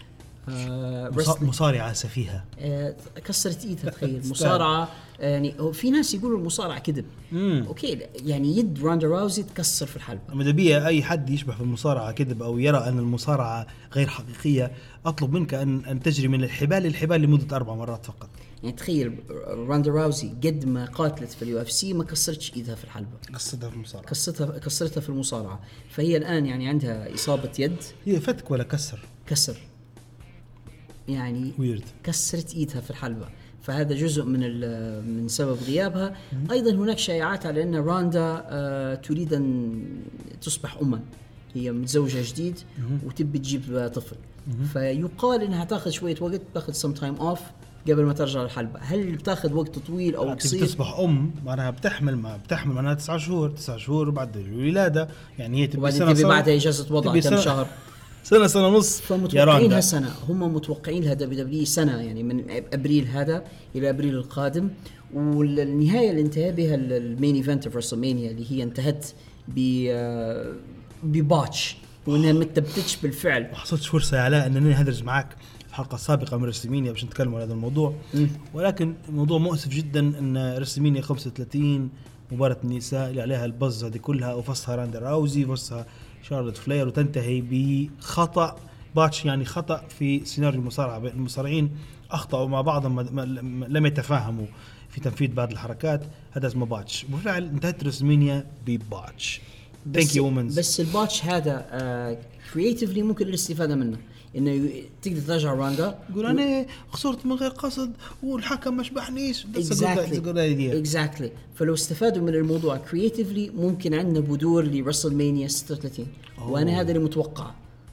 آه مص- مصارعة سفيهة. آه كسرت ايدها. تخيل مصارعه يعني. هو في ناس يقولوا المصارعه كذب. اوكي يعني يد روندا راوزي تكسر في الحلبة. مدبية أي حد يشبه في المصارعة كذب أو يرى أن المصارعة غير حقيقية أطلب منك أن أن تجري من الحبال للحبال لمدة أربع مرات فقط. يعني تخيل روندا راوزي قد ما قاتلت في اليو اف سي ما كسرتش ايدها في الحلبة. قصتها في المصارعة. كسرتها كسرتها في المصارعه. فهي الان يعني عندها اصابه يد. هي فتك ولا كسر؟ كسر يعني ويرد. كسرت ايدها في الحلبة. فهذا جزء من من سبب غيابها. ايضا هناك شائعات على ان روندا آه تريد ان تصبح اما. هي متزوجه جديد وتبي تجيب طفل. فيقال انها تاخذ شويه وقت، تاخذ سم تايم اوف قبل ما ترجع للحلبة. هل بتاخذ وقت طويل او قصير؟ تصبح ام معناها بتحمل ما بتحمل معناها تسعة شهور تسعة شهور بعد الولاده. يعني هي تبي سنه تبي بعدها اجازه وضع كم شهر، سنه سنه ونص. فمتوقعينها سنه. هم متوقعين لها دبليو دبليو سنه يعني من ابريل هذا الى ابريل القادم. والنهايه اللي انتهى بها المين ايفنت في رسلمانيا اللي هي انتهت ب بباتش وانها ما تثبتش بالفعل. ما حصلتش فرصه يا علاء انني نهدرج معك في الحلقه السابقه من رسلمانيا باش نتكلم على هذا الموضوع. م. ولكن الموضوع مؤسف جدا ان رسلمانيا خمسة وثلاثين مباراه النساء اللي عليها البز هذه كلها وفصها راندا راوزي وفصها شارلوت فلير وتنتهي بخطا باتش. يعني خطا في سيناريو المصارعه. المصارعين اخطاوا مع بعضهم لم يتفاهموا في تنفيذ بعض الحركات. هذا اسمه باتش. بالفعل انتهت رسلمانيا بباتش. بس, بس الباتش هذا كرياتيفلي uh, ممكن الاستفاده منه انه تقدر ترجع راندا يقول انا خسرت من غير قصد والحكم ما شبحنيش. اكزاكتلي اكزاكتلي فلو استفادوا من الموضوع كرياتيفلي ممكن عندنا بدور لرسلمانيا ستة وثلاثين. وانا هذا اللي متوقع.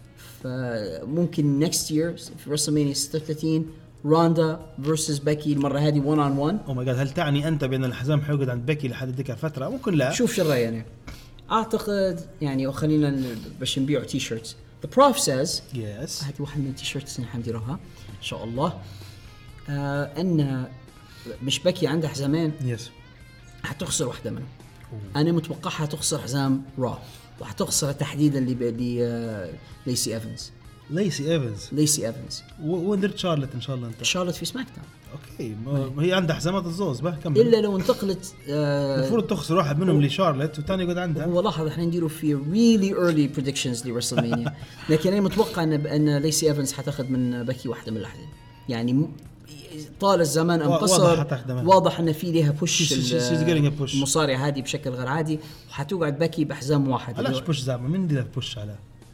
فممكن نيكست يير في رسلمانيا ستة وثلاثين روندا فيرسس بيكي المره هذه وان اون وان. او ماي جاد، هل تعني انت بان الحزام حيوقد عند بيكي لحد ذيك الفتره؟ ممكن لا. شوف شو الراي يعني. اعتقد يعني وخلينا باش نبيعوا تي شيرتس. The Prof says yes. هذه واحدة من التي شيرتس اللي حنديروها إن شاء الله. آه أن مش بكي عندها حزامين. yes. حتخسر واحدة منهم. أنا متوقعها تخسر حزام را وحتخسر تحديدا ل ليسي إيفنز. ليسي إيفنز. ليسي إيفنز. وندرت شارلوت إن شاء الله أنت. شارلوت في سماك داون. اوكي ما هي عندها حزامات الزوز بقى كمل. الا لو انتقلت المفروض آه تخسر واحد منهم لشارلوت والثاني يقعد عندها. هو لاحظ احنا نديروا في really early predictions لرسلمانيا. لكن انا متوقع ان ان ليسي ايفنز حتاخذ من بكي واحده من الاحدين. يعني طال الزمان ام قصر واضح ان في لها بوش المصارعه هذه بشكل غير عادي وحتقعد بكي بحزام واحد. علاش بوش زعما من دي بوش على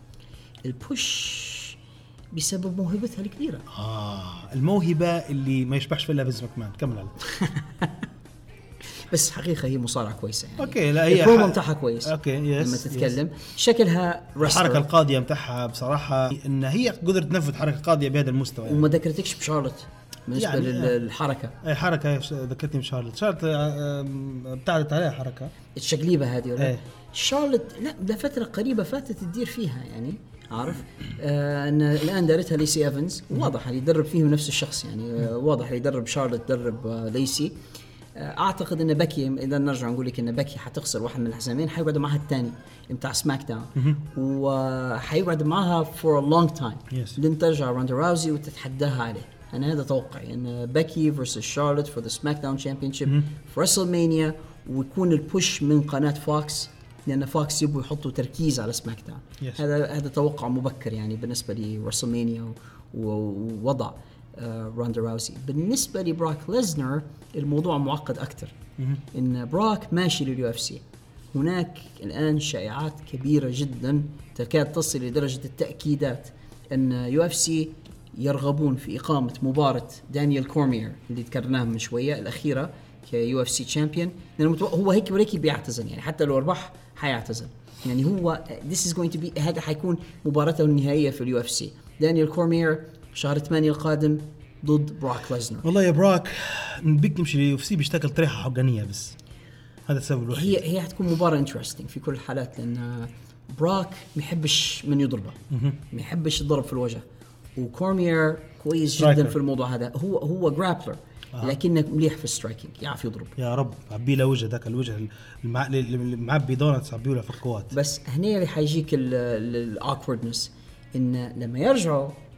البوش بسبب موهبتها الكبيرة. آه الموهبة اللي ما يشبهش فيها فينس ماكمان. كمل على. بس حقيقة هي مصارعة كويسة يعني. أوكي لا هي البرومو متاعها كويس. أوكي يس. لما تتكلم يس. شكلها الحركة القاضية متاعها بصراحة إن هي قدرت تنفذ حركة قاضية بهذا المستوى. يعني. وما ذكرتكش بشارلوت بالنسبة يعني للحركة. أي حركة ذكرتني بشارلوت. شارلوت ابتعدت عليها حركة. الشقليبة هذه ولا؟ شارلوت لا لفترة قريبة فاتت تدير فيها يعني. عارف آه ان الان دارتها ليسي ايفنز واضح اللي يدرب فيه نفس الشخص يعني آه واضح اللي يدرب شارلوت يدرب آه ليسي. آه اعتقد ان بكي اذا نرجع نقول لك ان بكي حتخسر واحد من الحزامين حيقعد معها الثاني بتاع سماك داون وحيقعد معها فور ا لونج تايم لين ترجع روندا راوزي وتتحداها عليه. انا هذا توقعي ان بكي فيرسس شارلوت فور ذا سماك داون تشامبيونشيب في رسلمانيا ويكون البوش من قناه فوكس لأن فاكس يبوا يحطوا تركيز على سماك داون. yes. هذا هذا توقع مبكر يعني بالنسبة لرسلمانيا ووضع آه روندا راوزي. بالنسبة لبراك ليزنر الموضوع معقد أكتر. mm-hmm. إن براك ماشي لليو اف سي. هناك الآن شائعات كبيرة جدا تكاد تصل لدرجة التأكيدات أن يو اف سي يرغبون في إقامة مباراة دانيال كورمير اللي ذكرناه من شوية الأخيرة كيو اف سي تشامبيون. لأنه هو هيك وليك بيعتزل يعني حتى لو ربح حيعتزل يعني هو this is going to be هذا حيكون مباراته النهائية في اليو اف سي. دانيال كورمير شهر ثمانية القادم ضد براك ليزنر. والله يا براك نبيك نمشي لليو اف سي بيشتغل طريقة حقانية بس هذا السبب الوحيد. هي هي حتكون مباراة انترستينج في كل الحالات لأن براك ما يحبش من يضربه ما يحبش يضرب في الوجه وكورمير كويس جدا في الموضوع هذا. هو هو جرابلر آه. لكنه مليح في السترايكينج يعرف يضرب. يا رب عبي له وجه ذاك الوجه المعبي دونتس عبي له في القوات. بس هنا اللي حيجيك الاوكوردنس ان لما يرجعوا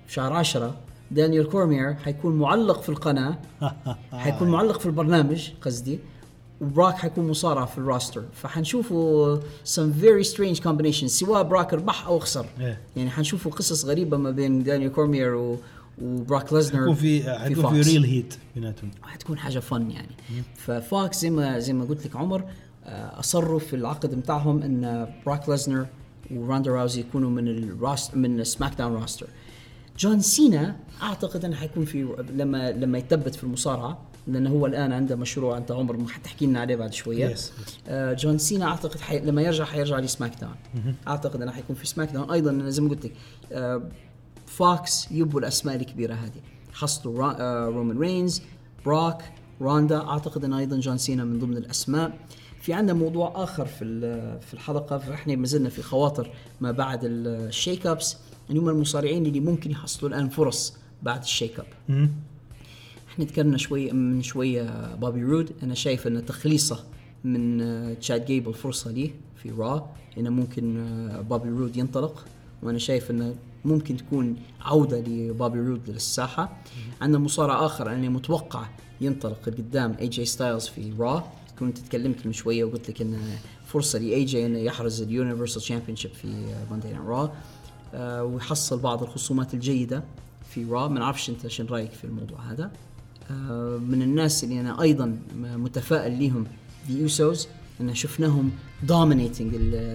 في شهر عشرة دانيال كورمير حيكون معلق في القناة حيكون معلق في البرنامج قصدي وبراك حيكون مصارع في الراستر فحنشوفوا some very strange combinations سواء براك ربح أو خسر يعني حنشوفوا قصص غريبة ما بين دانيال كورمير و وبراك ليزنر حيكون في حيكون في ريل هيت بيناتهم حتكون حاجة فن يعني ففوكس زي ما زي ما قلت لك عمر أصروا في العقد متاعهم إن براك ليزنر وراندا راوزي يكونوا من الراست من سماك داون راستر. جون سينا أعتقد أنه حيكون في لما لما يتثبت في المصارعة لأنه هو الآن عنده مشروع أنت عمر ما حتحكي لنا عليه بعد شوية. yes, yes. آه جون سينا أعتقد حي... لما يرجع حيرجع لسماك داون. mm-hmm. أعتقد أنه حيكون في سماك داون أيضا زي ما قلت لك. آه فوكس يبوا الأسماء الكبيرة هذه حصلوا را... آه رومان رينز براك راندا أعتقد أن أيضا جون سينا من ضمن الأسماء. في عندنا موضوع آخر في في الحلقة فإحنا ما زلنا في خواطر ما بعد الشيك أبس اللي هم المصارعين اللي ممكن يحصلوا الآن فرص بعد الشيك أب. إحنا تكلمنا شوي من شوية بابي رود أنا شايف أن تخليصه من تشاد جيبل فرصة ليه في را إنه ممكن بابي رود ينطلق وأنا شايف أنه ممكن تكون عودة لبابي رود للساحة. عندنا مصارع آخر أنا متوقع ينطلق قدام اي جي ستايلز في را كنت تكلمت من شويه وقلت لك ان فرصه لاي جي انه يحرز اليونيفرسال تشامبيونشيب في ماندي نايت را آه ويحصل بعض الخصومات الجيده في را. ما نعرفش انت شن رايك في الموضوع هذا. آه من الناس اللي انا ايضا متفائل ليهم دي يوسوز ان شفناهم دومينيتنج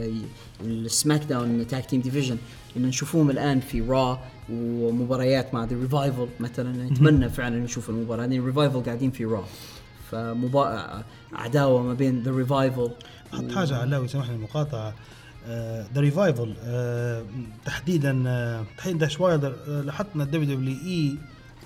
السماك داون تاك تيم ديفيجن ان نشوفوهم الان في را ومباريات مع ذا ريفايفل مثلا. نتمنى فعلا نشوف المباراه هذه الريفايفل قاعدين في را فمبا... عداوة ما بين The Revival حط حاجة علاوي سمحني المقاطعة. The Revival آه تحديدا آه تحديدا داش وايدر آه لحطنا الدبليو دبليو اي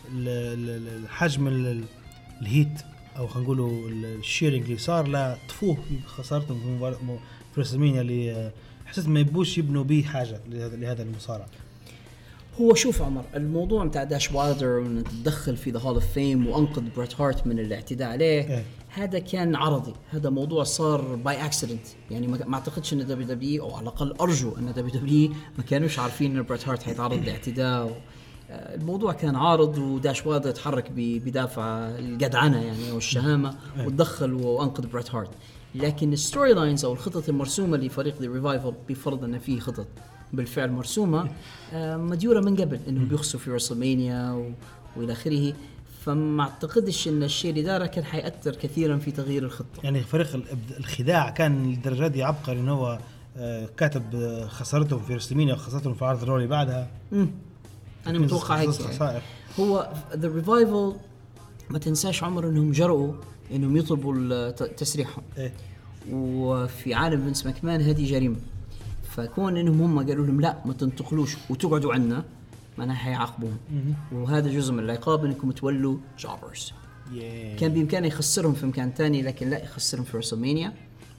الحجم الهيت او خلينا نقولوا الشيرينج اللي صار لا طفوه خسارتهم في مباراة في رسمينيا اللي آه حسيت ما يبوش يبنوا به حاجة لهذا لهذا المصارع. هو شوف عمر الموضوع متاع داش وايلدر وانه تدخل في ذا هول اوف فيم وانقذ بريت هارت من الاعتداء عليه إيه. هذا كان عرضي هذا موضوع صار باي اكسيدنت يعني ما اعتقدش ان دبليو دبليو او على الاقل ارجو ان دبليو دبليو ما كانوش عارفين ان بريت هارت هيتعرض لاعتداء. الموضوع كان عارض وداش وايلدر يتحرك بدافع الجدعنه يعني او الشهامه إيه. وتدخل وانقذ بريت هارت. لكن الستوري لاينز او الخطط المرسومه لفريق ذا ريفايفل بفرض ان فيه خطط بالفعل مرسومة مديورة من قبل انه بيخسروا في رسلمانيا والى اخره فما اعتقدش ان الشيء اللي داره كان حيأثر كثيرا في تغيير الخطة. يعني فريق الخداع كان للدرجة دي عبقري انه هو كاتب خسارتهم في رسلمانيا وخسارتهم في عرض الرولي بعدها. امم انا متوقع هيك يعني. هو ذا ريفايفل ما تنساش عمر انهم جرؤوا انهم يطلبوا تسريحهم إيه؟ وفي عالم فينس ماكمان هذه جريمة فكون انهم هم قالوا لهم لا ما تنتقلوش وتقعدوا عنا معناها حيعاقبوهم وهذا جزء من العقاب انكم تولوا جوبرز. yeah. كان بامكانه يخسرهم في مكان تاني لكن لا يخسرهم في رسلمانيا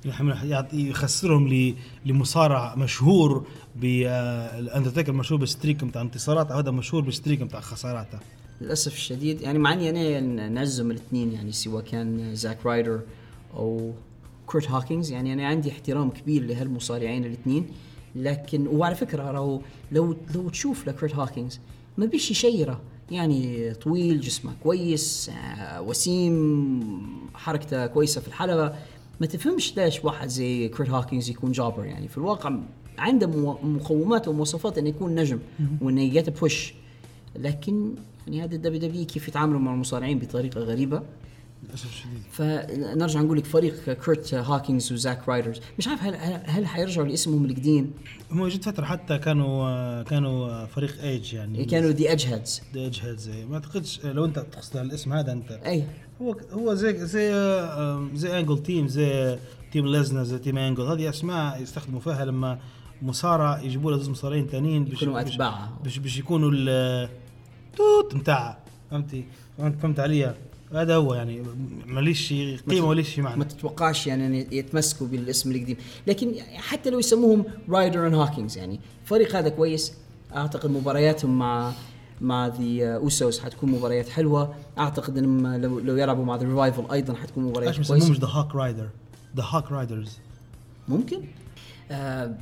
يخسرهم لمصارع مشهور بالاندرتيكر مشهور بالستريك بتاع انتصارات هذا مشهور بالستريك بتاع خساراته للاسف الشديد يعني معني انا نعزم الاثنين يعني سواء كان زاك رايدر او كورت هوكينز يعني أنا عندي احترام كبير لهالمصارعين الاثنين لكن وعلى فكرة لو لو لو تشوف لكورت هوكينز ما بيش يشيره يعني طويل جسمه كويس وسيم حركته كويسة في الحلبة ما تفهمش ليش واحد زي كورت هوكينز يكون جوبر يعني في الواقع عنده مقومات ومواصفات إنه يكون نجم وإنه يجت بوش لكن يعني هذا الدبليو دبليو كيف يتعاملوا مع المصارعين بطريقة غريبة للأسف الشديد. فنرجع نقول لك فريق كورت هوكينز وزاك رايدرز مش عارف هل هل حيرجعوا لاسمهم القديم. هم جت فترة حتى كانوا كانوا فريق ايج يعني كانوا دي ايدج هيدز دي ايدج هيدز ما اعتقدش لو انت تقصد الاسم هذا انت اي هو هو زي زي زي انجل تيم زي تيم ليزنر زي تيم انجل هذه اسماء يستخدموا فيها لما مصارع يجيبوا له ضد مصارعين ثانيين يكونوا اتباعها باش باش يكونوا التوت نتاعها فهمتي فهمت عليا هذا هو يعني ماليش قيمه وليش معنى ما تتوقعش يعني يتمسكوا بالاسم القديم لكن حتى لو يسموهم رايدر اند هوكينز يعني فريق هذا كويس اعتقد مبارياتهم مع مع ذا اوسوس حتكون مباريات حلوه اعتقد انهم لو لو يلعبوا مع ذا ريفايفل ايضا حتكون مباريات كويسه. مش ذا هوك رايدر ذا هوك رايدرز ممكن آه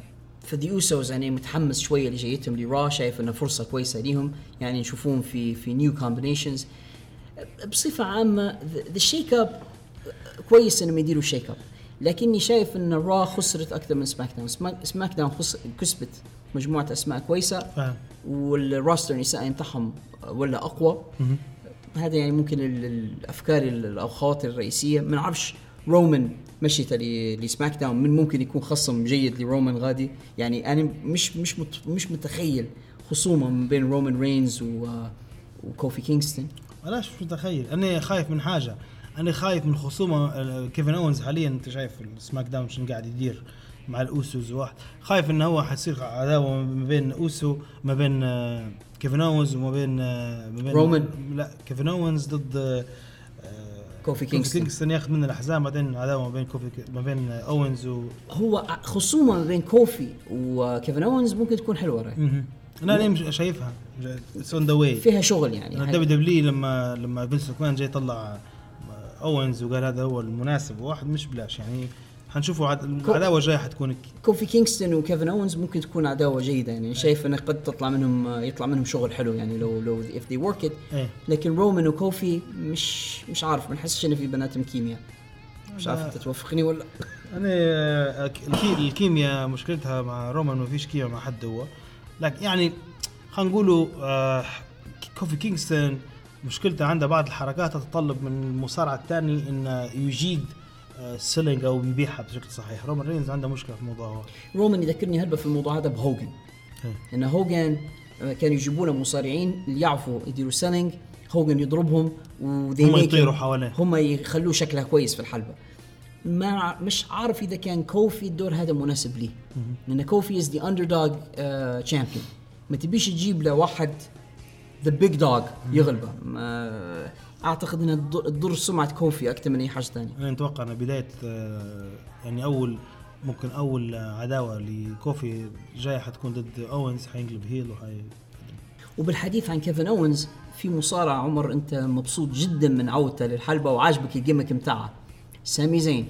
فدي أوسوس يعني متحمس شويه لجيتهم لرا، شايف انها فرصه كويسه ليهم يعني نشوفهم في في نيو كومبينيشنز. بصفه عامه ذا شيك اب كويس انهم يديروا شيك اب، لكني شايف ان را خسرت اكثر من سماك داون. سماك داون كسبت مجموعه اسماء كويسه فهم. والراستر النسائي بتاعهم ولا اقوى. هذا يعني ممكن الافكار الخواطر الرئيسيه. ما نعرفش رومان مشيت لسماك داون من ممكن يكون خصم جيد لرومان غادي، يعني انا مش مش مت مش متخيل خصومه من بين رومان رينز و وكوفي كينغستون. علاش مش متخيل؟ انا خايف من حاجه، انا خايف من خصومه كيفن اونز حاليا. انت شايف السماك داون شنو قاعد يدير مع الاوسوس واحد، خايف انه هو حتصير عداوه ما بين اوسو ما بين كيفن اونز وما بين ما بين رومان. لا كيفن اونز ضد كوفي كينغستون كينغستون ياخذ من الاحزاب، بعدين عداوه ما بين كوفي ما بين اونز و هو خصومه ما بين كوفي وكيفن اونز ممكن تكون حلوه راي. انا ليه مش شايفها سون ذا واي فيها شغل يعني. الدبليو دبليو لما لما فينس ماكمان جاي يطلع اونز وقال هذا هو المناسب واحد مش بلاش يعني حنشوفوا العداوه جايه حتكون كوفي كينغستون وكيفن اونز ممكن تكون عداوه جيده يعني. شايف انه قد تطلع منهم يطلع منهم شغل حلو يعني لو لو if they work it. ايه. لكن رومان وكوفي مش مش عارف، ما نحسش انه في بناتهم كيمياء. مش عارف انت توافقني ولا. انا الكيمياء مشكلتها مع رومان ما فيش كيمياء مع حد هو، لكن يعني خلينا نقولوا آه كوفي كينغستون مشكلته عنده بعض الحركات تتطلب من المصارع الثاني انه يجيد سيلينج او يبيعها بشكل صحيح. رومان رينز عنده مشكله في الموضوع هذا. رومان يذكرني هلبة في الموضوع هذا بهوجن. ان هوجن كانوا يجيبوا له مصارعين اللي يعرفوا يديروا سيلينج، هوجن يضربهم هم يطيروا حواليه، هم يخلوه شكله كويس في الحلبة. ما مش عارف اذا كان كوفي الدور هذا مناسب ليه، لان كوفي از ذا اندردوغ تشامبيون. ما تبيش تجيب له واحد ذا بيج دوغ يغلبه. اعتقد انها تضر سمعه كوفي اكثر من اي حاجه ثانيه. انا اتوقع ان بدايه يعني اول ممكن اول عداوه لكوفي جايه حتكون ضد اونز، حينقلب هيل وحي. وبالحديث عن كيفن اونز، في مصارع عمر انت مبسوط جدا من عودته للحلبه وعاجبك الجيمك متاعه، سامي زين.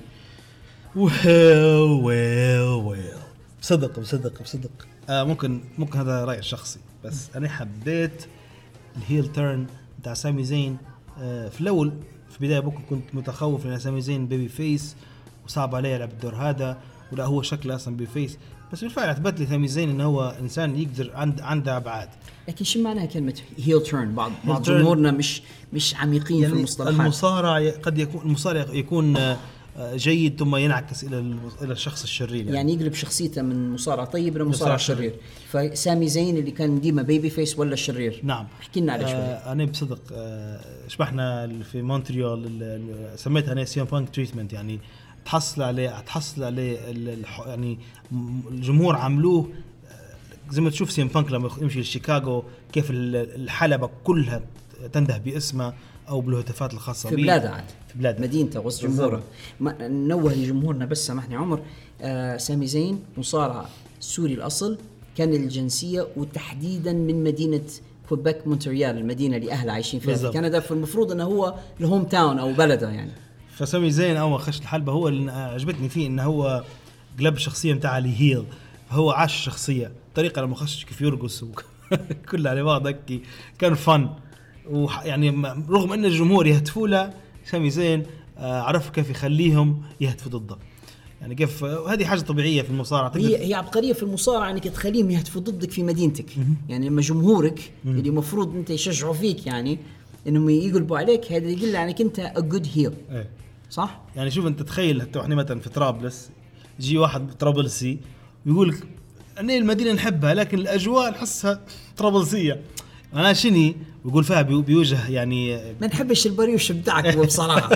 ويل ويل ويل بصدق بصدق بصدق آه ممكن ممكن هذا رايي الشخصي، بس انا حبيت الهيل تيرن بتاع سامي زين. آه في الاول في بدايه ممكن كنت متخوف لان سامي زين بيبي فيس وصعب عليه يلعب الدور هذا، ولا هو شكله اصلا بيبي فيس، بس بالفعل اثبت لي سامي زين انه هو انسان يقدر عند عنده ابعاد. لكن شو معناها كلمه هيل تيرن؟ بعض بعض جمهورنا مش مش عميقين يعني في المصطلحات. المصارع قد يكون المصارع يكون جيد ثم ينعكس الى الى الشخص الشرير يعني. يعني يقلب شخصيته من مصارع طيب لمصارع شرير. فسامي زين اللي كان ديما بيبي فيس ولا شرير؟ نعم. احكي لنا عليه شوي. آه انا بصدق آه شبحنا في مونتريال سميتها انا سي ام بانك تريتمنت، يعني تحصل عليه تحصل عليه يعني الجمهور عملوه زي ما تشوف سي ام بانك لما يمشي لشيكاغو كيف الحلبة كلها تنده باسمه او بالهتافات الخاصه في بلاده عاد في بلاد مدينته وسط جمهوره. نوه لجمهورنا بس سامحني عمر، آه سامي زين مصارع سوري الاصل، كان الجنسيه وتحديدا من مدينه كوبيك مونتريال، المدينه اللي اهله عايشين فيها بالزبط. كان هذا المفروض انه هو الهوم تاون او بلده يعني. فسامي زين اول خش الحلبه هو اللي عجبتني فيه انه هو قلب الشخصيه نتاعه لهيل، هو عاش الشخصيه طريقه لما خش كيف يرقص كل على بعض هيك كان فن، ويعني رغم ان الجمهور يهتفوا له سامي زين عرف كيف يخليهم يهتفوا ضده، يعني كيف هذه حاجه طبيعيه في المصارعه. هي هي عبقريه في المصارعه انك تخليهم يهتفوا ضدك في مدينتك. يعني لما جمهورك اللي المفروض انت يشجعوا فيك يعني انهم يقلبوا عليك، هذا يدل على انك انت a good heel. ايه صح. يعني شوف انت تخيل حتى احنا مثلا في طرابلس يجي واحد طرابلسي ويقول لك انا المدينه نحبها لكن الاجواء نحسها طرابلسيه، انا شني ويقول فيها بيوجه يعني ما نحبش البريوش بتاعك بصراحه.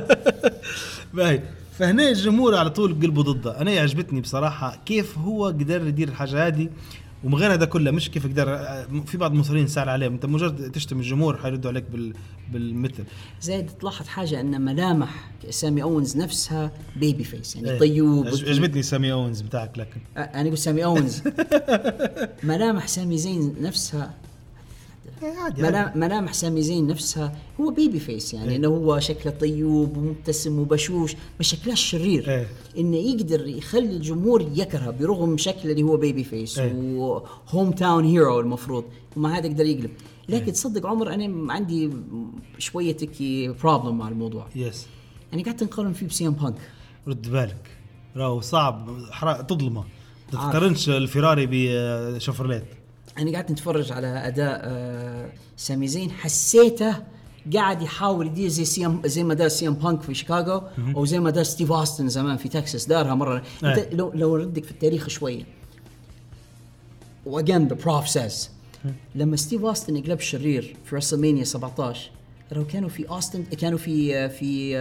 باهي فهنا الجمهور على طول قلبه ضده. انا يعجبتني بصراحه كيف هو قدر يدير الحاجه هذه، ومن غير هذا كله مش كيف قدر. في بعض المصارعين سأل عليهم انت مجرد تشتم الجمهور حيردوا عليك بال بالمثل. زايد تلاحظ حاجه ان ملامح سامي اونز نفسها بيبي فيس يعني. ايه. طيوب. عجبتني سامي اونز بتاعك، لكن انا اقول سامي اونز. ملامح سامي زين نفسها ملامح ملامح سامي زين نفسها هو بيبي فيس يعني انه هو شكله طيب ومبتسم وبشوش ما شكله شرير ايه. انه يقدر يخلي الجمهور يكرهه برغم شكله اللي هو بيبي فيس ايه. وهوم تاون هيرو المفروض وما هذا يقدر يقلب لكن ايه. تصدق عمر انا عندي شويه تكي بروبلم مع الموضوع يس يعني قاعد نقارن فيه بسي ام بانك رد بالك راهو صعب تظلمه تقارنش الفيراري بشوفرليت. أنا قاعد نتفرج على أداء آه سامي زين حسيته قاعد يحاول يدير زي سيام زي ما دار سيام بانك في شيكاغو أو زي ما دار ستيف أوستن زمان في تكساس دارها مرة. أنت لو لو ردك في التاريخ شوية وأجان the prof says لما ستيف أوستن يقلب شرير في رسلمانيا سبعتاشر لو كانوا في أوستن كانوا في في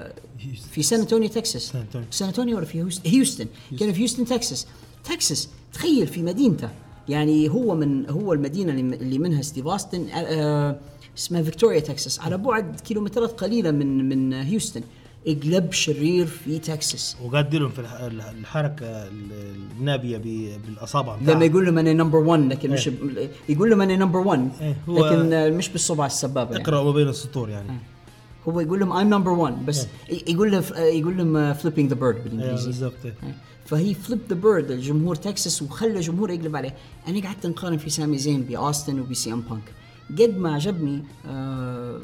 في سان أنطونيو تكساس سان أنطونيو ولا في هيوستن هيوستن كانوا في هيوستن تكساس تكساس تخيل في مدينته يعني هو من هو المدينة اللي منها ستيف أوستن آه اسمها فيكتوريا تكساس على بعد كيلومترات قليلة من من هيوستن اقلب شرير في تكساس وقادرهم في الحركة النابية بالأصابع لما يقول لهم أنا نمبر ون لكن مش يقول لهم أنا نمبر ون لكن مش بالصبع السبابة يعني. اقرأ ما بين السطور يعني آه. هو يقول لهم I'm number one بس يقول له يقول لهم flipping the bird بالإنجليزي بالضبط. فهي فليب ذا بيرد الجمهور تكساس وخلى الجمهور يقلب عليه. أنا قعدت نقارن في سامي زين بأوستن وبسي أم بانك قد ما عجبني آه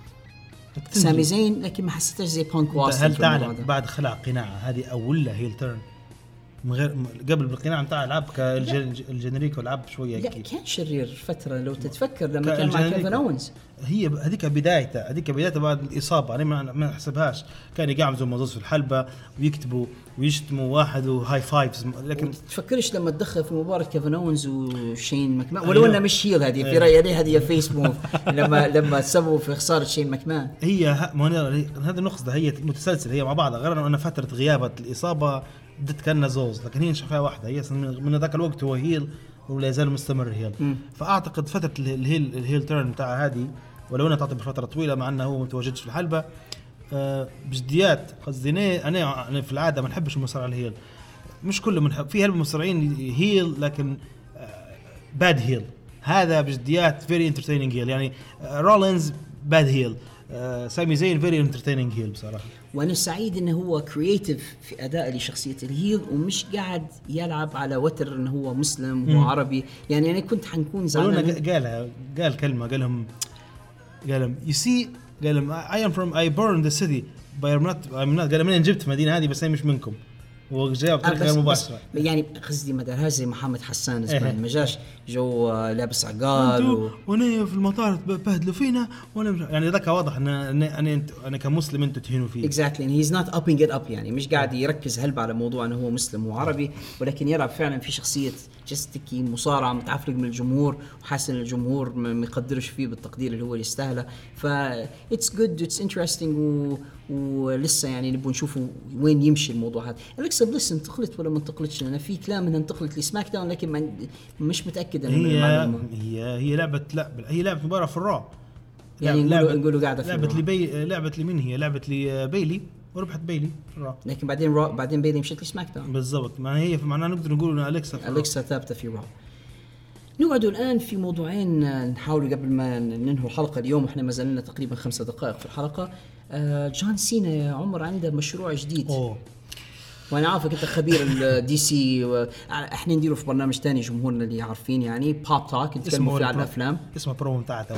سامي زين لكن ما حسيتش زي بانك وأوستن. هل تعلم بعد خلع قناعة هذه أول له هيل تيرن من غير قبل بالقناع متاع العاب كالجنريك والعاب شويه لا كان شرير فتره لو تتفكر لما كان مع كيفن اونز هي هذيك بدايته هذيك بدايته بعد الاصابه انا ما نحسبهاش كان يقعد زي موظف في الحلبه ويكتبوا ويشتموا واحد وهاي فايفز لكن تفكرش لما تدخل في مباراه كيفن اونز وشين ماكمان ولو انه مش هي هذه في رايي هذه فيس موف لما لما سبوا في خساره شين ماكمان هي هذا النقص ده هي متسلسل هي مع بعضها غير انه فتره غيابه الاصابه بدت كان زوز لكن هي نشوفها واحده هي من ذاك الوقت هو هيل ولا يزال مستمر هيل م. فاعتقد فتره الهيل الهيل تيرن بتاع هذه ولو انها تعطي بفتره طويله مع انه هو متواجدش في الحلبه أه بجديات قصدي انا انا في العاده ما نحبش المصارعه الهيل مش كل من في هالمصارعين هيل لكن باد هيل هذا بجديات فيري انترتيننج هيل يعني رولينز باد هيل Uh, سامي زين فيري انترتيننج هيل بصراحه وانا سعيد انه هو كرييتيف في اداء لشخصيه الهيل ومش قاعد يلعب على وتر انه هو مسلم وعربي يعني انا كنت حنكون زعلان قالها قال كلمه قال لهم قال لهم you see قال لهم I am from I born the city but I'm not I'm not قال من جبت مدينه هذه بس انا مش منكم وجاء بطريقه غير مباشره يعني قصدي ما دارهاش زي محمد حسان زمان ما جاش جو لابس عقال و... وانا في المطار بهدلوا فينا وانا يعني ذاك واضح ان انا انا انا كمسلم انتم تهينوا فيه اكزاكتلي هيز نوت ابينج ات اب يعني مش قاعد يركز هلب على موضوع انه هو مسلم وعربي ولكن يلعب فعلا في شخصيه جستكي مصارعه متعفرق من الجمهور وحاسس ان الجمهور ما يقدرش فيه بالتقدير اللي هو يستاهله ف اتس جود اتس انترستينج ولسه يعني نبغى نشوفه وين يمشي الموضوع هذا. أليكسا بليس انتقلت ولا ما انتقلتش انا في كلام انها انتقلت لسماك داون لكن مش متاكد انه هي هي هي لعبه لا هي لعبه مباراه في الرا يعني نقولوا نقولوا قاعده في لعبه لبي لعبه لمين هي لعبه لبيلي وربحت بيلي في الرا لكن بعدين را بعدين بيلي مشت لسماك داون بالضبط ما هي معناها نقدر نقول ان أليكسا أليكسا ثابته في را. نقعد الآن في موضوعين نحاول قبل ما ننهي الحلقة اليوم وإحنا ما زلنا تقريبا خمسة دقائق في الحلقة. آه جون سينا يا عمر عنده مشروع جديد أوه. وأنا عارفك أنت خبير الدي سي و... إحنا نديره في برنامج تاني جمهورنا اللي عارفين يعني بوب توك نتكلموا فيه عن الأفلام اسمه برو متاعته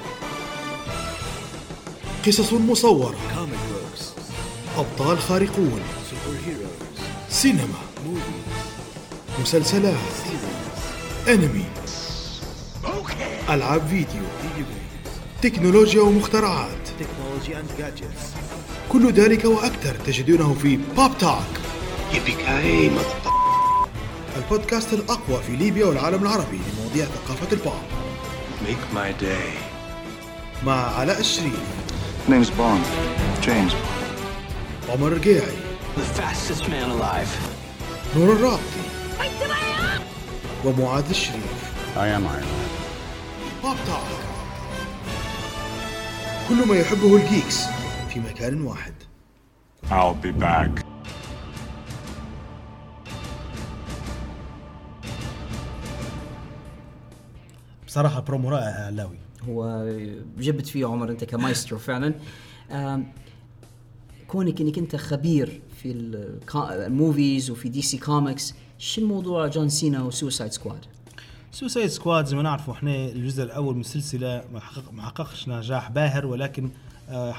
قصص مصورة أبطال خارقون سينما مسلسلات أنمي ألعاب فيديو تكنولوجيا ومخترعات كل ذلك وأكثر تجدونه في بوب توك البودكاست الأقوى في ليبيا والعالم العربي لمواضيع ثقافة البوب. Make my day. مع علاء الشريف Name's Bond. James. عمر الرقيعي The fastest man alive. نور الرابطي ومعاذ الشريف. I am Iron Man. بوب توك كل ما يحبه الجيكس في مكان واحد. I'll be back. صراحه برومو رائع علاوي. هو جبت فيه عمر انت كمايسترو فعلا. آم، كونك انك انت خبير في الكا- الموفيز وفي دي سي كوميكس، شو الموضوع جون سينا وسوسايد سكواد؟ سوسايد سكواد زي ما نعرفوا احنا الجزء الاول من السلسله ما حقق ما حققش نجاح باهر، ولكن آه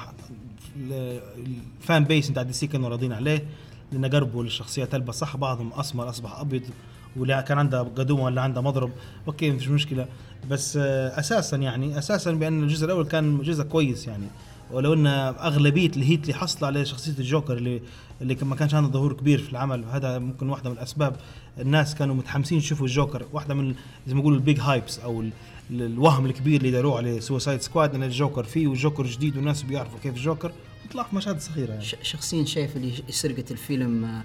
الفان بيس بتاع دي سي كانوا راضين عليه لان قربوا للشخصيه تلبس صح، بعضهم اسمر اصبح ابيض، ولا كان عنده قدوم ولا عنده مضرب، اوكي مش مشكله. بس آه اساسا يعني اساسا بان الجزء الاول كان جزء كويس يعني، ولو ان اغلبيه الهيت اللي حصل على شخصيه الجوكر اللي اللي ما كانش عنده ظهور كبير في العمل، هذا ممكن واحده من الاسباب الناس كانوا متحمسين يشوفوا الجوكر، واحده من زي ما يقولوا البيج هايبس او ال- الوهم الكبير اللي داروه على سوسايد سكواد ان الجوكر فيه والجوكر جديد والناس بيعرفوا كيف الجوكر، وطلع في مشاهد صغيره يعني. ش- شخصيا شايف اللي سرقة الفيلم آه،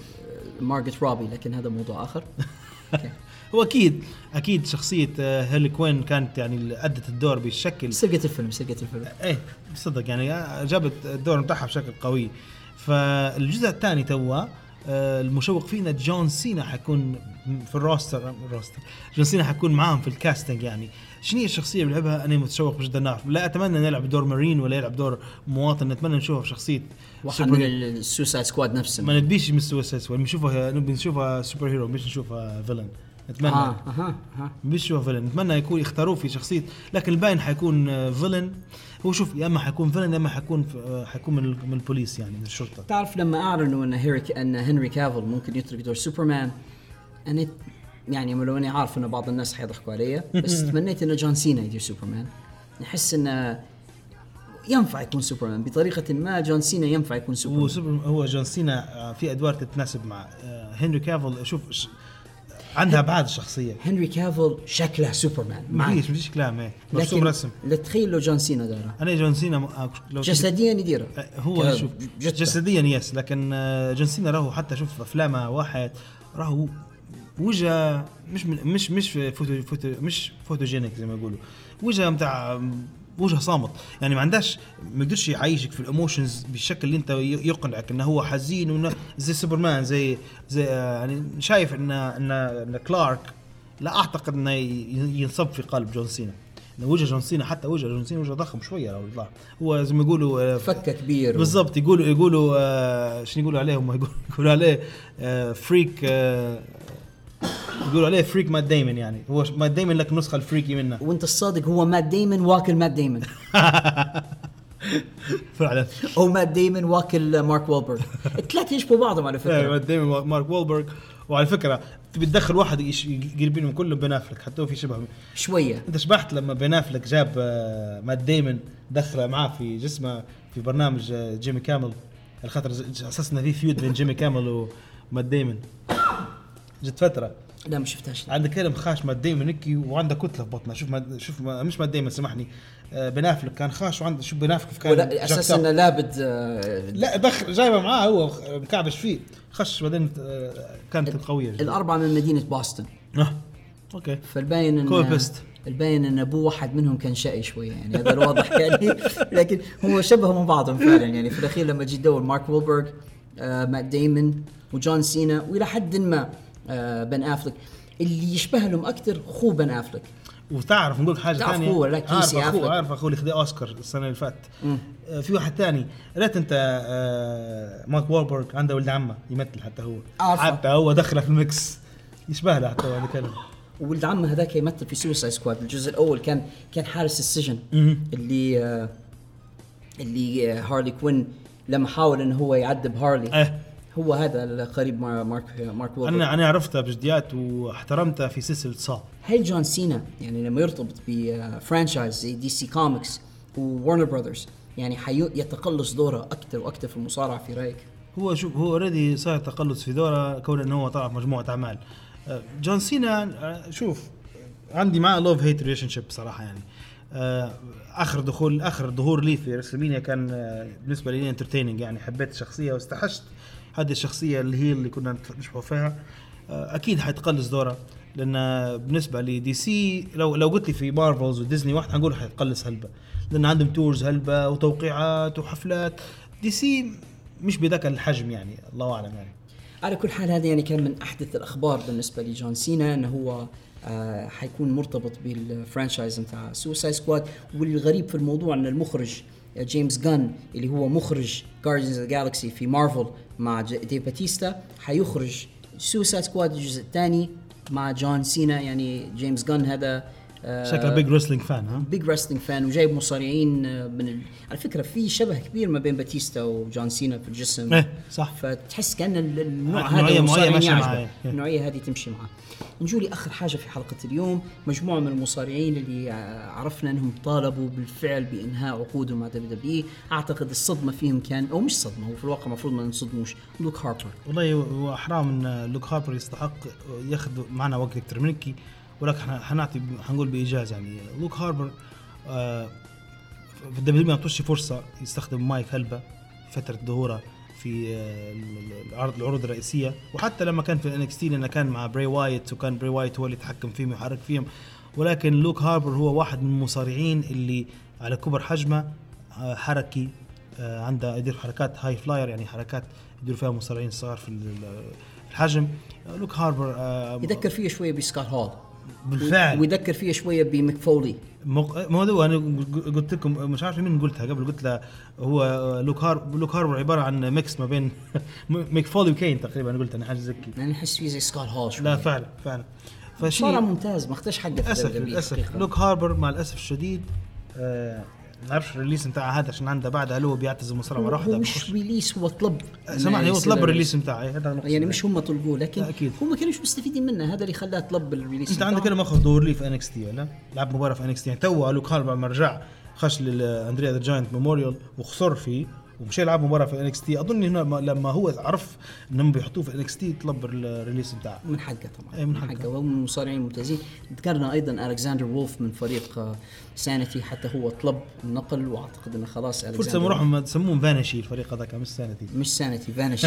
مارغت روبي، لكن هذا موضوع آخر. أوكي. هو اكيد اكيد شخصيه آه، هيرلي كوين كانت يعني اللي ادت الدور بالشكل سرقة الفيلم سرقة الفيلم ايه بصدق يعني جابت الدور بتاعها بشكل قوي. فالجزء الثاني توا آه، المشوق فينا جون سينا حيكون في الروستر الروستر جون سينا حيكون معاهم في الكاستنج. يعني شنو هي الشخصيه اللي بلعبها؟ انا متشوق جدا نعرف. لا اتمنى ان يلعب دور مارين ولا يلعب دور مواطن، نتمنى نشوفه في شخصيه واحد سوبر- من السوسايد سكواد نفسه. ما نبيش من سوسايد، نشوفها نبي نشوفها سوبر هيرو مش نشوفها فيلن. نتمنى اه اها اها مش نشوفها فيلن، نتمنى يكون يختاروه في شخصيه، لكن الباين حيكون آه، فيلن. هو شوف يا اما حيكون فيلن يا اما حيكون آه، حيكون من ال- من البوليس يعني من الشرطه. تعرف لما اعلنوا ان هنري ان هنري كافل ممكن يترك دور سوبرمان، انا يعني لو اني عارف ان بعض الناس حيضحكوا علي، بس تمنيت ان جون سينا يدير سوبرمان. نحس انه ينفع يكون سوبرمان بطريقه ما. جون سينا ينفع يكون هو سوبرمان. سوبر هو جون سينا آه، في ادوار تتناسب مع آه، هنري كافل. شوف ش- عندها بعض الشخصيه هنري كافل شكله سوبرمان ما معي. فيش مش كلام ايه مرسوم لكن رسم. لا تخيل لو جون سينا داره انا جون سينا م- آه، لو جسديا يديره. آه، هو ك- شوف جثة. جسديا يس، لكن آه، جون سينا راهو حتى شوف افلامه واحد راهو وجه مش من مش مش فوتو فوتو مش فوتوجينيك زي ما يقولوا، وجه بتاع وجه صامت يعني، ما عندهاش ما يقدرش يعيشك في الايموشنز بالشكل اللي انت ي- يقنعك انه هو حزين وانه زي سوبرمان زي زي آه، يعني شايف ان ان ان كلارك لا اعتقد انه ي- ينصب في قلب جون سينا. لأن وجه جون سينا حتى وجه جون سينا وجه ضخم شويه لو يطلع، هو زي ما يقولوا آه، فكه كبير و- بالضبط. يقولوا يقولوا آه شنو يقولوا عليه هم يقولوا, يقولوا عليه آه فريك آه يقولوا عليه فريك مات دايمن، يعني هو مات دايمن لك النسخه الفريكي منه. وانت الصادق هو مات ديمن واكل مات ديمن فعلا او مات ديمن واكل مارك وولبرغ. الثلاثه يشبهوا بعضهم على إيه، فكره. مات دايمن مارك وولبرغ. وعلى فكره تبي تدخل واحد يش- يقربينهم كلهم بين افلك، حتى هو في شبه. شويه انت شبحت لما بين افلك جاب آه مات دايمن دخله معاه في جسمه في برنامج آه جيمي كامل، الخطر اساسنا في فيود بين جيمي كامل ومات دايمن. جت فتره لا ما شفتهاش. عندك كلام خاش مات دايمن هيك وعنده كتله في بطنه. شوف ما شوف ما مش مات دايمن سامحني آه بنافلك كان خاش وعنده شوف بنافلك كان ولا اساسا انه لابد آه، لا دخل جايبه معاه هو مكعبش فيه خش بعدين آه كانت قويه جدا. الاربعه من مدينه بoston، آه. اوكي فالباين ان كوبست. الباين ان ابوه واحد منهم كان شقي شويه يعني، هذا الواضح يعني. لكن هم شبهوا من بعضهم فعلا يعني. في الاخير لما جي تدور مارك وولبرغ آه مات دايمن وجون سينا والى حد ما آه بن افلك، اللي يشبه لهم اكثر خو بن افلك. وتعرف نقول حاجه تعرف ثانيه. أخوه، لا، عارف كيسي اخوه أفلك. عارف اخوه اللي خذ اوسكار السنه اللي فاتت. آه في واحد ثاني ريت انت آه مارك وولبرغ عنده ولد عمه يمثل حتى هو عارفه. حتى هو دخله في الميكس يشبه له حتى هو هذا كلام. ولد عمه هذاك يمثل في سوسايد سكواد. الجزء الاول كان كان حارس السجن اللي آه اللي آه هارلي كوين لما حاول انه هو يعذب هارلي. اه هو هذا القريب مع مارك مارك وولبرغ. انا انا عرفتها بجديات واحترمتها في سلسله صا. هل جون سينا يعني لما يرتبط بفرانشايز زي دي سي كوميكس وورنر براذرز يعني حيتقلص دوره اكثر واكثر في المصارعه في رايك؟ هو شوف هو اوريدي صار تقلص في دوره كون انه هو طلع في مجموعه اعمال. آه، جون سينا آه، شوف عندي معه لوف هيت ريليشن شيب صراحه يعني. آه، اخر دخول اخر ظهور لي في رسلمينيا كان آه، بالنسبه لي انترتيننج يعني، حبيت الشخصيه واستحشت هذه الشخصيه اللي هي اللي كنا نشوفها فيها. آه، اكيد حيتقلص دوره لان بالنسبه لدي سي لو لو قلت لي في مارفلز وديزني واحد حنقول حيتقلص هلبة لان عندهم تورز هلبة وتوقيعات وحفلات. دي سي مش بذاك الحجم يعني، الله اعلم يعني. على كل حال هذا يعني كان من احدث الاخبار بالنسبه لجون سينا، انه هو آه حيكون مرتبط بالفرانشايز نتاع سوسايد سكواد. والغريب في الموضوع ان المخرج جيمس جان اللي هو مخرج Guardians of the Galaxy في مارفل مع ديف باتيستا حيخرج سوسايد سكواد الجزء الثاني مع جون سينا. يعني جيمس جان هذا شكله بيج ريسلينج فان ها بيج ريسلينج فان وجايب مصارعين من ال... على فكره في شبه كبير ما بين باتيستا وجون سينا في الجسم. إيه صح. فتحس كأن النوع هذا المصارعين يعجبه النوعيه هذه تمشي معه. نجولي اخر حاجه في حلقه اليوم مجموعه من المصارعين اللي عرفنا انهم طالبوا بالفعل بانهاء عقودهم مع دبليو دبليو. اعتقد الصدمه فيهم كان او مش صدمه، هو في الواقع المفروض ما نصدموش. لوك هاربر والله هو حرام ان لوك هاربر يستحق ياخذ معنا وقت اكثر منك، ولكن حنعطي حنقول بايجاز. يعني لوك هاربر آه في الدبليو ما عطوش فرصه يستخدم مايك هلبة فتره ظهوره في العرض العروض الرئيسيه، وحتى لما كان في إن إكس تي لأنه كان مع بري وايت وكان بري وايت هو اللي يتحكم فيهم ويحرك فيهم. ولكن لوك هاربر هو واحد من المصارعين اللي على كبر حجمه حركي، عنده يدير حركات هاي فلاير، يعني حركات يدير فيها مصارعين صغار في الحجم. لوك هاربر يذكر فيه شويه بسكوت هول بالفعل، ويذكر فيه شويه بمكفولي. ما هو انا قلت لكم مش عارف مين قلتها قبل، قلت له هو لوك هاربر لوك هاربر عباره عن ميكس ما بين ميك فولي وكين تقريبا. قلت انا حاجه زكي انا احس فيه زي سكوت هول شويه. لا فعلا فعلا فشيء ممتاز ما اختش حقه. للاسف للاسف لوك هاربر مع الاسف الشديد آه نعرفش الريليس نتاع هذا عشان عنده بعدها هو بيعتزل مصارعه مره واحده. مش ريليس هو طلب سمعني، هو طلب الريليس نتاعه هذا يعني مش هم طلبوه، لكن هم كانوش مستفيدين منه. هذا اللي خلاه طلب الريليس. انت عندك كده ماخذ دور لي في إن إكس تي ولا لعب مباراه في إن إكس تي يعني تو لوك هاربر لما رجع خش للاندريا ذا جاينت ميموريال وخسر فيه ومشي يلعب مباراه في إن إكس تي. اظن هنا لما هو عرف انهم بيحطوه في إن إكس تي طلب الريليس بتاعه من حقه طبعا. اي من حقه, حقه. وهم مصارعين ممتازين. ذكرنا ايضا الكسندر وولف من فريق سانتي، حتى هو طلب النقل واعتقد انه خلاص فرصه نروح ما تسمون فانشي الفريق هذاك مش سانتي مش سانتي فانشي.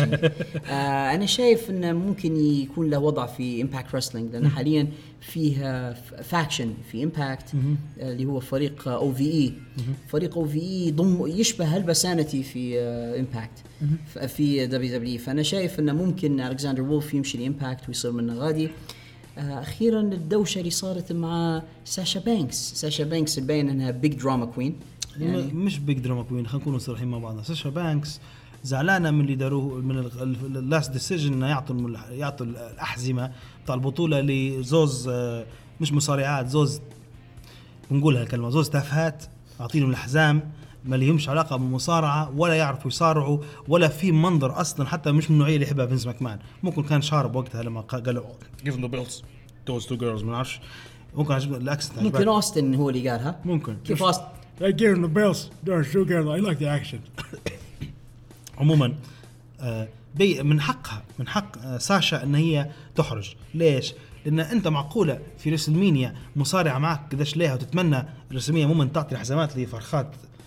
آه انا شايف انه ممكن يكون له وضع في امباكت رسلينج، لان حاليا فيها فاكشن في امباكت اللي هو فريق او في اي. فريق او في اي ضم يشبه هلبة سانتي في امباكت في دبليو دبليو. فانا شايف انه ممكن الكسندر وولف يمشي لامباكت ويصير منه غادي. اخيرا الدوشه اللي صارت مع ساشا بانكس. ساشا بانكس باين انها بيج دراما كوين، يعني مش بيج دراما كوين، خلينا نكون صريحين مع بعضنا. ساشا بانكس زعلانه من اللي داروه من اللاست ديسيجن انه يعطوا يعطوا الاحزمه بتاع البطوله لزوز مش مصارعات، زوز بنقولها الكلمه زوز تافهات، اعطيهم الحزام ما لهمش علاقه بالمصارعه ولا يعرفوا يصارعوا ولا في منظر اصلا، حتى مش من النوعيه اللي يحبها فينس ماكمان. ممكن كان شارب وقتها لما قالوا give them the belts those two girls ما نعرفش، ممكن عجبني الاكسنت. ممكن اوستن هو اللي قالها. ممكن كيف اوستن they give them the belts those two girls I like the action. عموما آه بي من حقها من حق آه ساشا ان هي تحرج. ليش؟ لان انت معقوله في ريسلمينيا مصارعه معك قداش ليها وتتمنى الرسميه ممكن تعطي الحزامات لفرخات.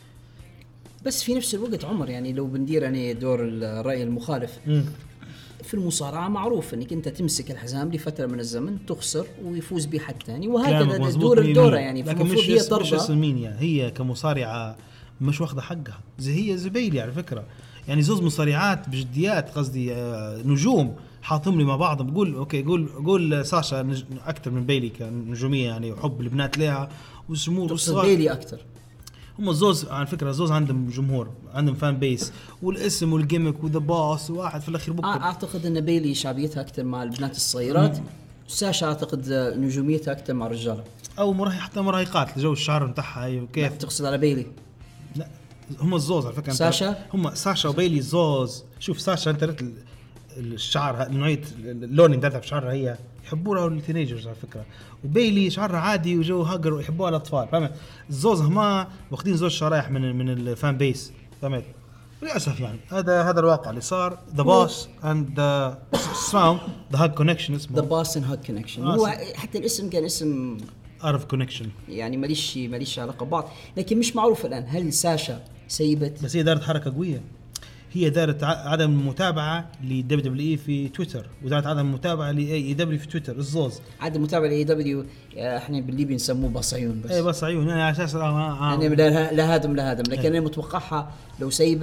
بس في نفس الوقت عمر يعني لو بندير يعني دور الراي المخالف م. في المصارعه معروف انك انت تمسك الحزام لفتره من الزمن تخسر ويفوز به حد ثاني وهكذا دور الدوره يعني. المفروض هي ترضى. مش ريسلمينيا هي كمصارعه مش واخده حقها زي هي زبيلي على فكره. يعني زوز مصارعات بجديات قصدي آه نجوم حاطهم لي مع بعض. بقول اوكي قول قول ساشا نج... اكثر من بيلي كنجوميه يعني وحب البنات لها وسمور والصغار. بيلي اكثر. هم الزوز على فكره زوز عندهم جمهور عندهم فان بيس والاسم والجيمك وذا باس واحد في الاخير بكره. اعتقد ان بيلي شعبيتها اكثر مع البنات الصغيرات. ساشا اعتقد نجوميتها اكثر مع الرجال او مراهي حتى مراهقات جو الشعر بتاعها ايوه كيف تقصد على بيلي. لا هم الزوز على فكره ساشا هم ساشا وبيلي زوز. شوف ساشا انت الشعر نوعيه اللون بتاعها في شعرها هي يحبوها التينيجرز على فكره، وبيلي شعرها عادي وجو هاجر ويحبوها الاطفال فهمت. الزوز هما واخدين زوج شرايح من من الفان بيس فهمت. للاسف يعني هذا هذا الواقع اللي صار. ذا باس اند ذا ساوند ذا هاج كونكشن اسمه ذا باس اند هاج كونكشن. هو حتى الاسم كان اسم عارف كونكشن يعني ماليش ماليش علاقه ببعض، لكن مش معروف الان هل ساشا سيبت. بس هي دارت حركه قويه، هي دارت عدم المتابعه لدبليو دبليو اي في تويتر ودارت عدم المتابعه لاي دبليو في تويتر. الزوز عدم متابعه لاي دبليو احنا بالليبي نسموه باص عيون بس. اي باص عيون يعني على اساس آه آه يعني لا هادم لا هادم، لكن انا متوقعها لو سيبت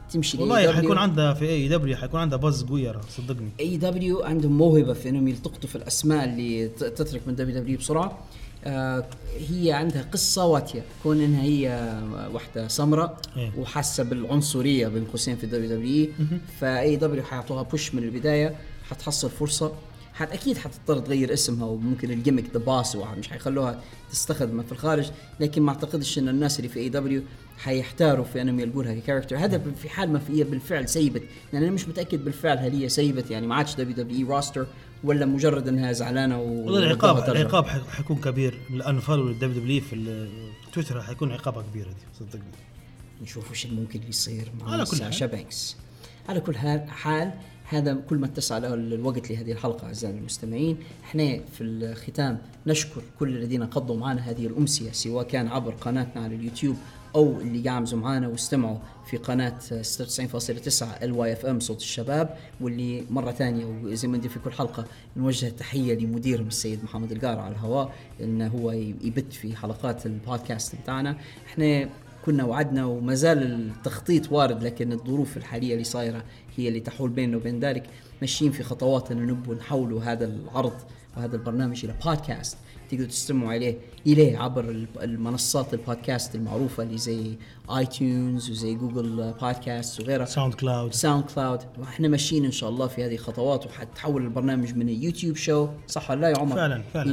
تمشي والله حيكون عندها في اي دبليو حيكون عندها باز قويه صدقني. اي دبليو عندهم موهبه في انهم يلتقطوا في الاسماء اللي تترك من دبليو دبليو بسرعه. آه هي عندها قصه واتيه، كون انها هي واحده سمراء إيه؟ وحاسه بالعنصريه بين قوسين في دبليو دبليو، فاي دبليو حيعطوها بوش من البدايه، حتحصل فرصه، حت اكيد حتضطر تغير اسمها وممكن الجيمك ذا باس ومش حيخلوها تستخدمها في الخارج، لكن ما اعتقدش ان الناس اللي في اي دبليو حيحتاروا في انهم يلقونها ككاركتر. هذا في حال ما هي بالفعل سيبت، يعني انا مش متاكد بالفعل هل هي سيبت يعني ما عادش دبليو دبليو اي راستر ولا مجرد انها زعلانه. والله العقاب العقاب حيكون كبير، لانه فالو الدبليو دبليو في تويتر حيكون عقابها كبيره دي صدقني. نشوف وش ممكن يصير مع ساشا بانكس. على كل حال هذا كل ما اتسع له الوقت لهذه الحلقة أعزائي المستمعين. احنا في الختام نشكر كل الذين قضوا معنا هذه الأمسية، سواء كان عبر قناتنا على اليوتيوب أو اللي قامزوا معنا واستمعوا في قناة ستة وتسعين فاصلة تسعة ال واي اف ام صوت الشباب، واللي مرة ثانية وزي ما ندير في كل حلقة نوجه تحية لمديرهم السيد محمد القارع على الهواء، إنه هو يبت في حلقات البودكاست بتاعنا. احنا كنا وعدنا وما زال التخطيط وارد، لكن الظروف الحالية اللي صايرة هي اللي تحول بيننا وبين ذلك. ماشيين في خطوات أن نبغى نحول هذا العرض وهذا البرنامج إلى بودكاست تقدروا تستمعوا عليه إليه عبر المنصات البودكاست المعروفة اللي زي آي تيونز وزي جوجل بودكاست وغيرها، ساوند كلاود ساوند كلاود. وإحنا ماشيين إن شاء الله في هذه الخطوات، وحتحول البرنامج من اليوتيوب شو صح ولا لا يا عمر فعلا فعلا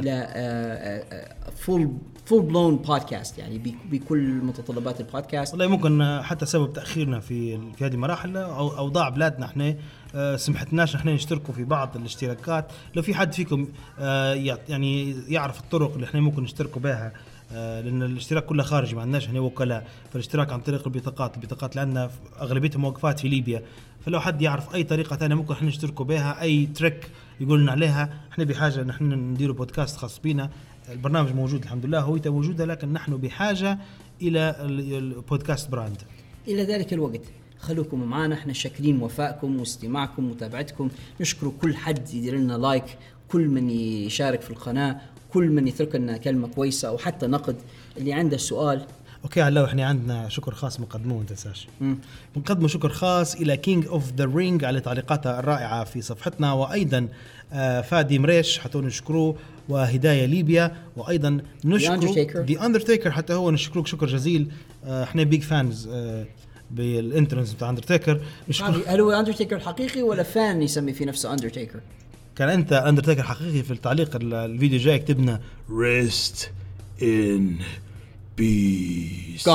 إلى فول فول بلون بودكاست، يعني بكل متطلبات البودكاست. والله ممكن حتى سبب تأخيرنا في في هذه المراحل أو أوضاع بلادنا احنا سمحتناش احنا نشتركوا في بعض الاشتراكات. لو في حد فيكم يعني يعرف الطرق اللي احنا ممكن نشتركوا بها، لأن الاشتراك كله خارجي، ما عندناش هنا وكلاء، فالاشتراك عن طريق البطاقات البطاقات لأن أغلبيتهم موقفات في ليبيا. فلو حد يعرف أي طريقة ثانية ممكن احنا نشتركوا بها، أي تريك يقولنا عليها، احنا بحاجة ان احنا نديروا بودكاست خاص بينا. البرنامج موجود الحمد لله، هويته موجودة، لكن نحن بحاجة إلى البودكاست براند. إلى ذلك الوقت خلوكم معنا، احنا شاكرين وفائكم واستماعكم ومتابعتكم. نشكر كل حد يدير لنا لايك، كل من يشارك في القناة، كل من يترك لنا كلمة كويسة أو حتى نقد. اللي عنده سؤال اوكي على احنا عندنا شكر خاص مقدمه وانت تنساش مقدمه شكر خاص الى كينج اوف ذا رينج على تعليقاتها الرائعه في صفحتنا، وايضا آه فادي مريش حتى نشكروه، وهدايه ليبيا، وايضا نشكر دي اندرتيكر حتى هو نشكروك شكر جزيل. آه احنا بيج فانز آه بالانترنس بتاع اندرتيكر. هل هو اندرتيكر الحقيقي ولا فان يسمي في نفسه اندرتيكر؟ كان انت اندرتيكر حقيقي في التعليق الفيديو جاي كتبنا ريست ان بيس.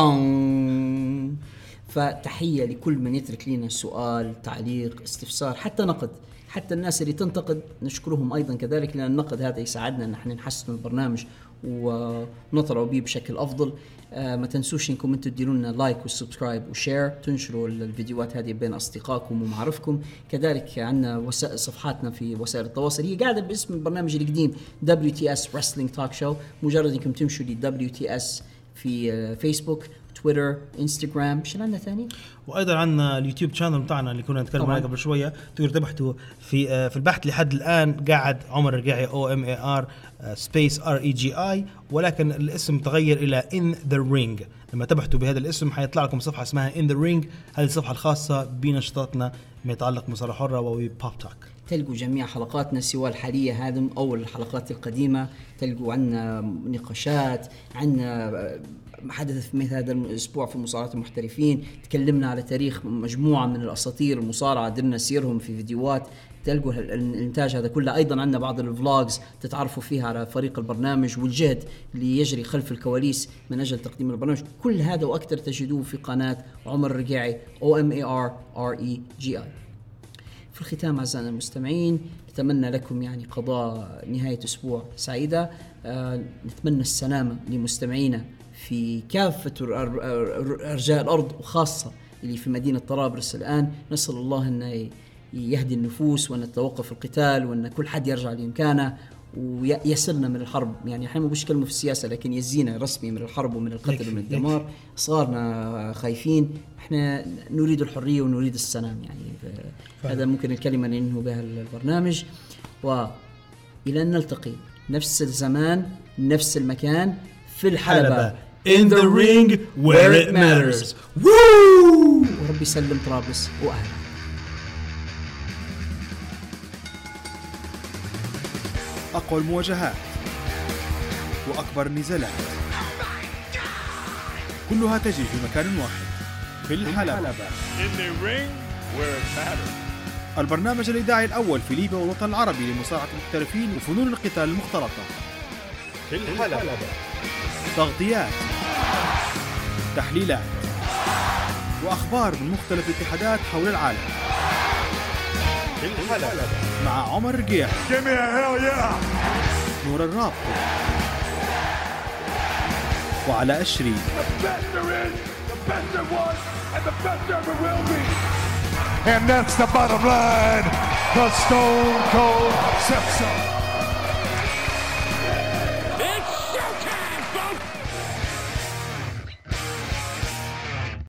فتحية لكل من يترك لنا سؤال، تعليق، استفسار، حتى نقد. حتى الناس اللي تنتقد نشكرهم أيضا كذلك، لأن النقد هذا يساعدنا أن احنا نحسن البرنامج ونطلعوا به بشكل أفضل. آه ما تنسوش إنكم أنتوا تديروا لنا لايك وسبسكرايب وشير، تنشروا الفيديوهات هذه بين أصدقائكم ومعارفكم. كذلك عندنا وسائل صفحاتنا في وسائل التواصل، هي قاعدة باسم البرنامج القديم دبليو تي إس Wrestling Talk Show. مجرد إنكم تمشوا ل دبليو تي إس في فيسبوك، تويتر، انستغرام، شو عندنا ثاني؟ وايضا عندنا اليوتيوب شانل بتاعنا اللي كنا نتكلم عنه قبل شويه، تقدروا تبحثوا في في البحث لحد الان قاعد عمر الرقاعي او ام اي ار سبيس ار اي جي اي، ولكن الاسم تغير الى ان ذا رينج. لما تبحثوا بهذا الاسم حيطلع لكم صفحه اسمها ان ذا رينج، هذه الصفحه الخاصه بنشاطاتنا ما يتعلق بمصارعه حره وبوب توك. تلقوا جميع حلقاتنا سواء الحاليه هذه او الحلقات القديمه، تلقوا عنا نقاشات، عنا حدث في مثل هذا الأسبوع في مصارعة المحترفين، تكلمنا على تاريخ مجموعة من الأساطير المصارعة، درنا سيرهم في فيديوهات، تلقوا الإنتاج هذا كله. أيضا عندنا بعض الفلوجز تتعرفوا فيها على فريق البرنامج والجهد اللي يجري خلف الكواليس من أجل تقديم البرنامج. كل هذا وأكثر تجدوه في قناة عمر الرقاعي أو إم إيه آر آر إي جي آي. في الختام أعزائنا المستمعين، نتمنى لكم يعني قضاء نهاية أسبوع سعيدة. آه نتمنى السلامة لمستمعينا في كافة أرجاء الأرض، وخاصة اللي في مدينة طرابلس الآن. نسأل الله أن يهدي النفوس وأن توقف القتال وأن كل حد يرجع لإمكانه ويسرنا من الحرب. يعني احنا ما بوش كلمة في السياسة، لكن يزينا رسمي من الحرب ومن القتل ومن الدمار. صارنا خايفين، احنا نريد الحرية ونريد السلام. يعني هذا ممكن الكلمة ننهي بها البرنامج، وإلى أن نلتقي نفس الزمان نفس المكان في الحلبة In the ring where it matters. ووو وربي يسلم طرابلس وأهله. أقوى المواجهات وأكبر النزالات كلها تجري في مكان واحد في الحلبة. In the ring where it matters. البرنامج الإذاعي الأول في ليبيا والوطن العربي لمساعدة المحترفين وفنون القتال المختلطة في الحلبة. تغطيات، تحليلات، وأخبار من مختلف الاتحادات حول العالم. في الحلبة. مع عمر رقيح، Give me a hell yeah. نور الرابط، وعلى أشري. The best there is, the best there was, and the best there ever will be. And that's the bottom line. The Stone Cold Sepsis.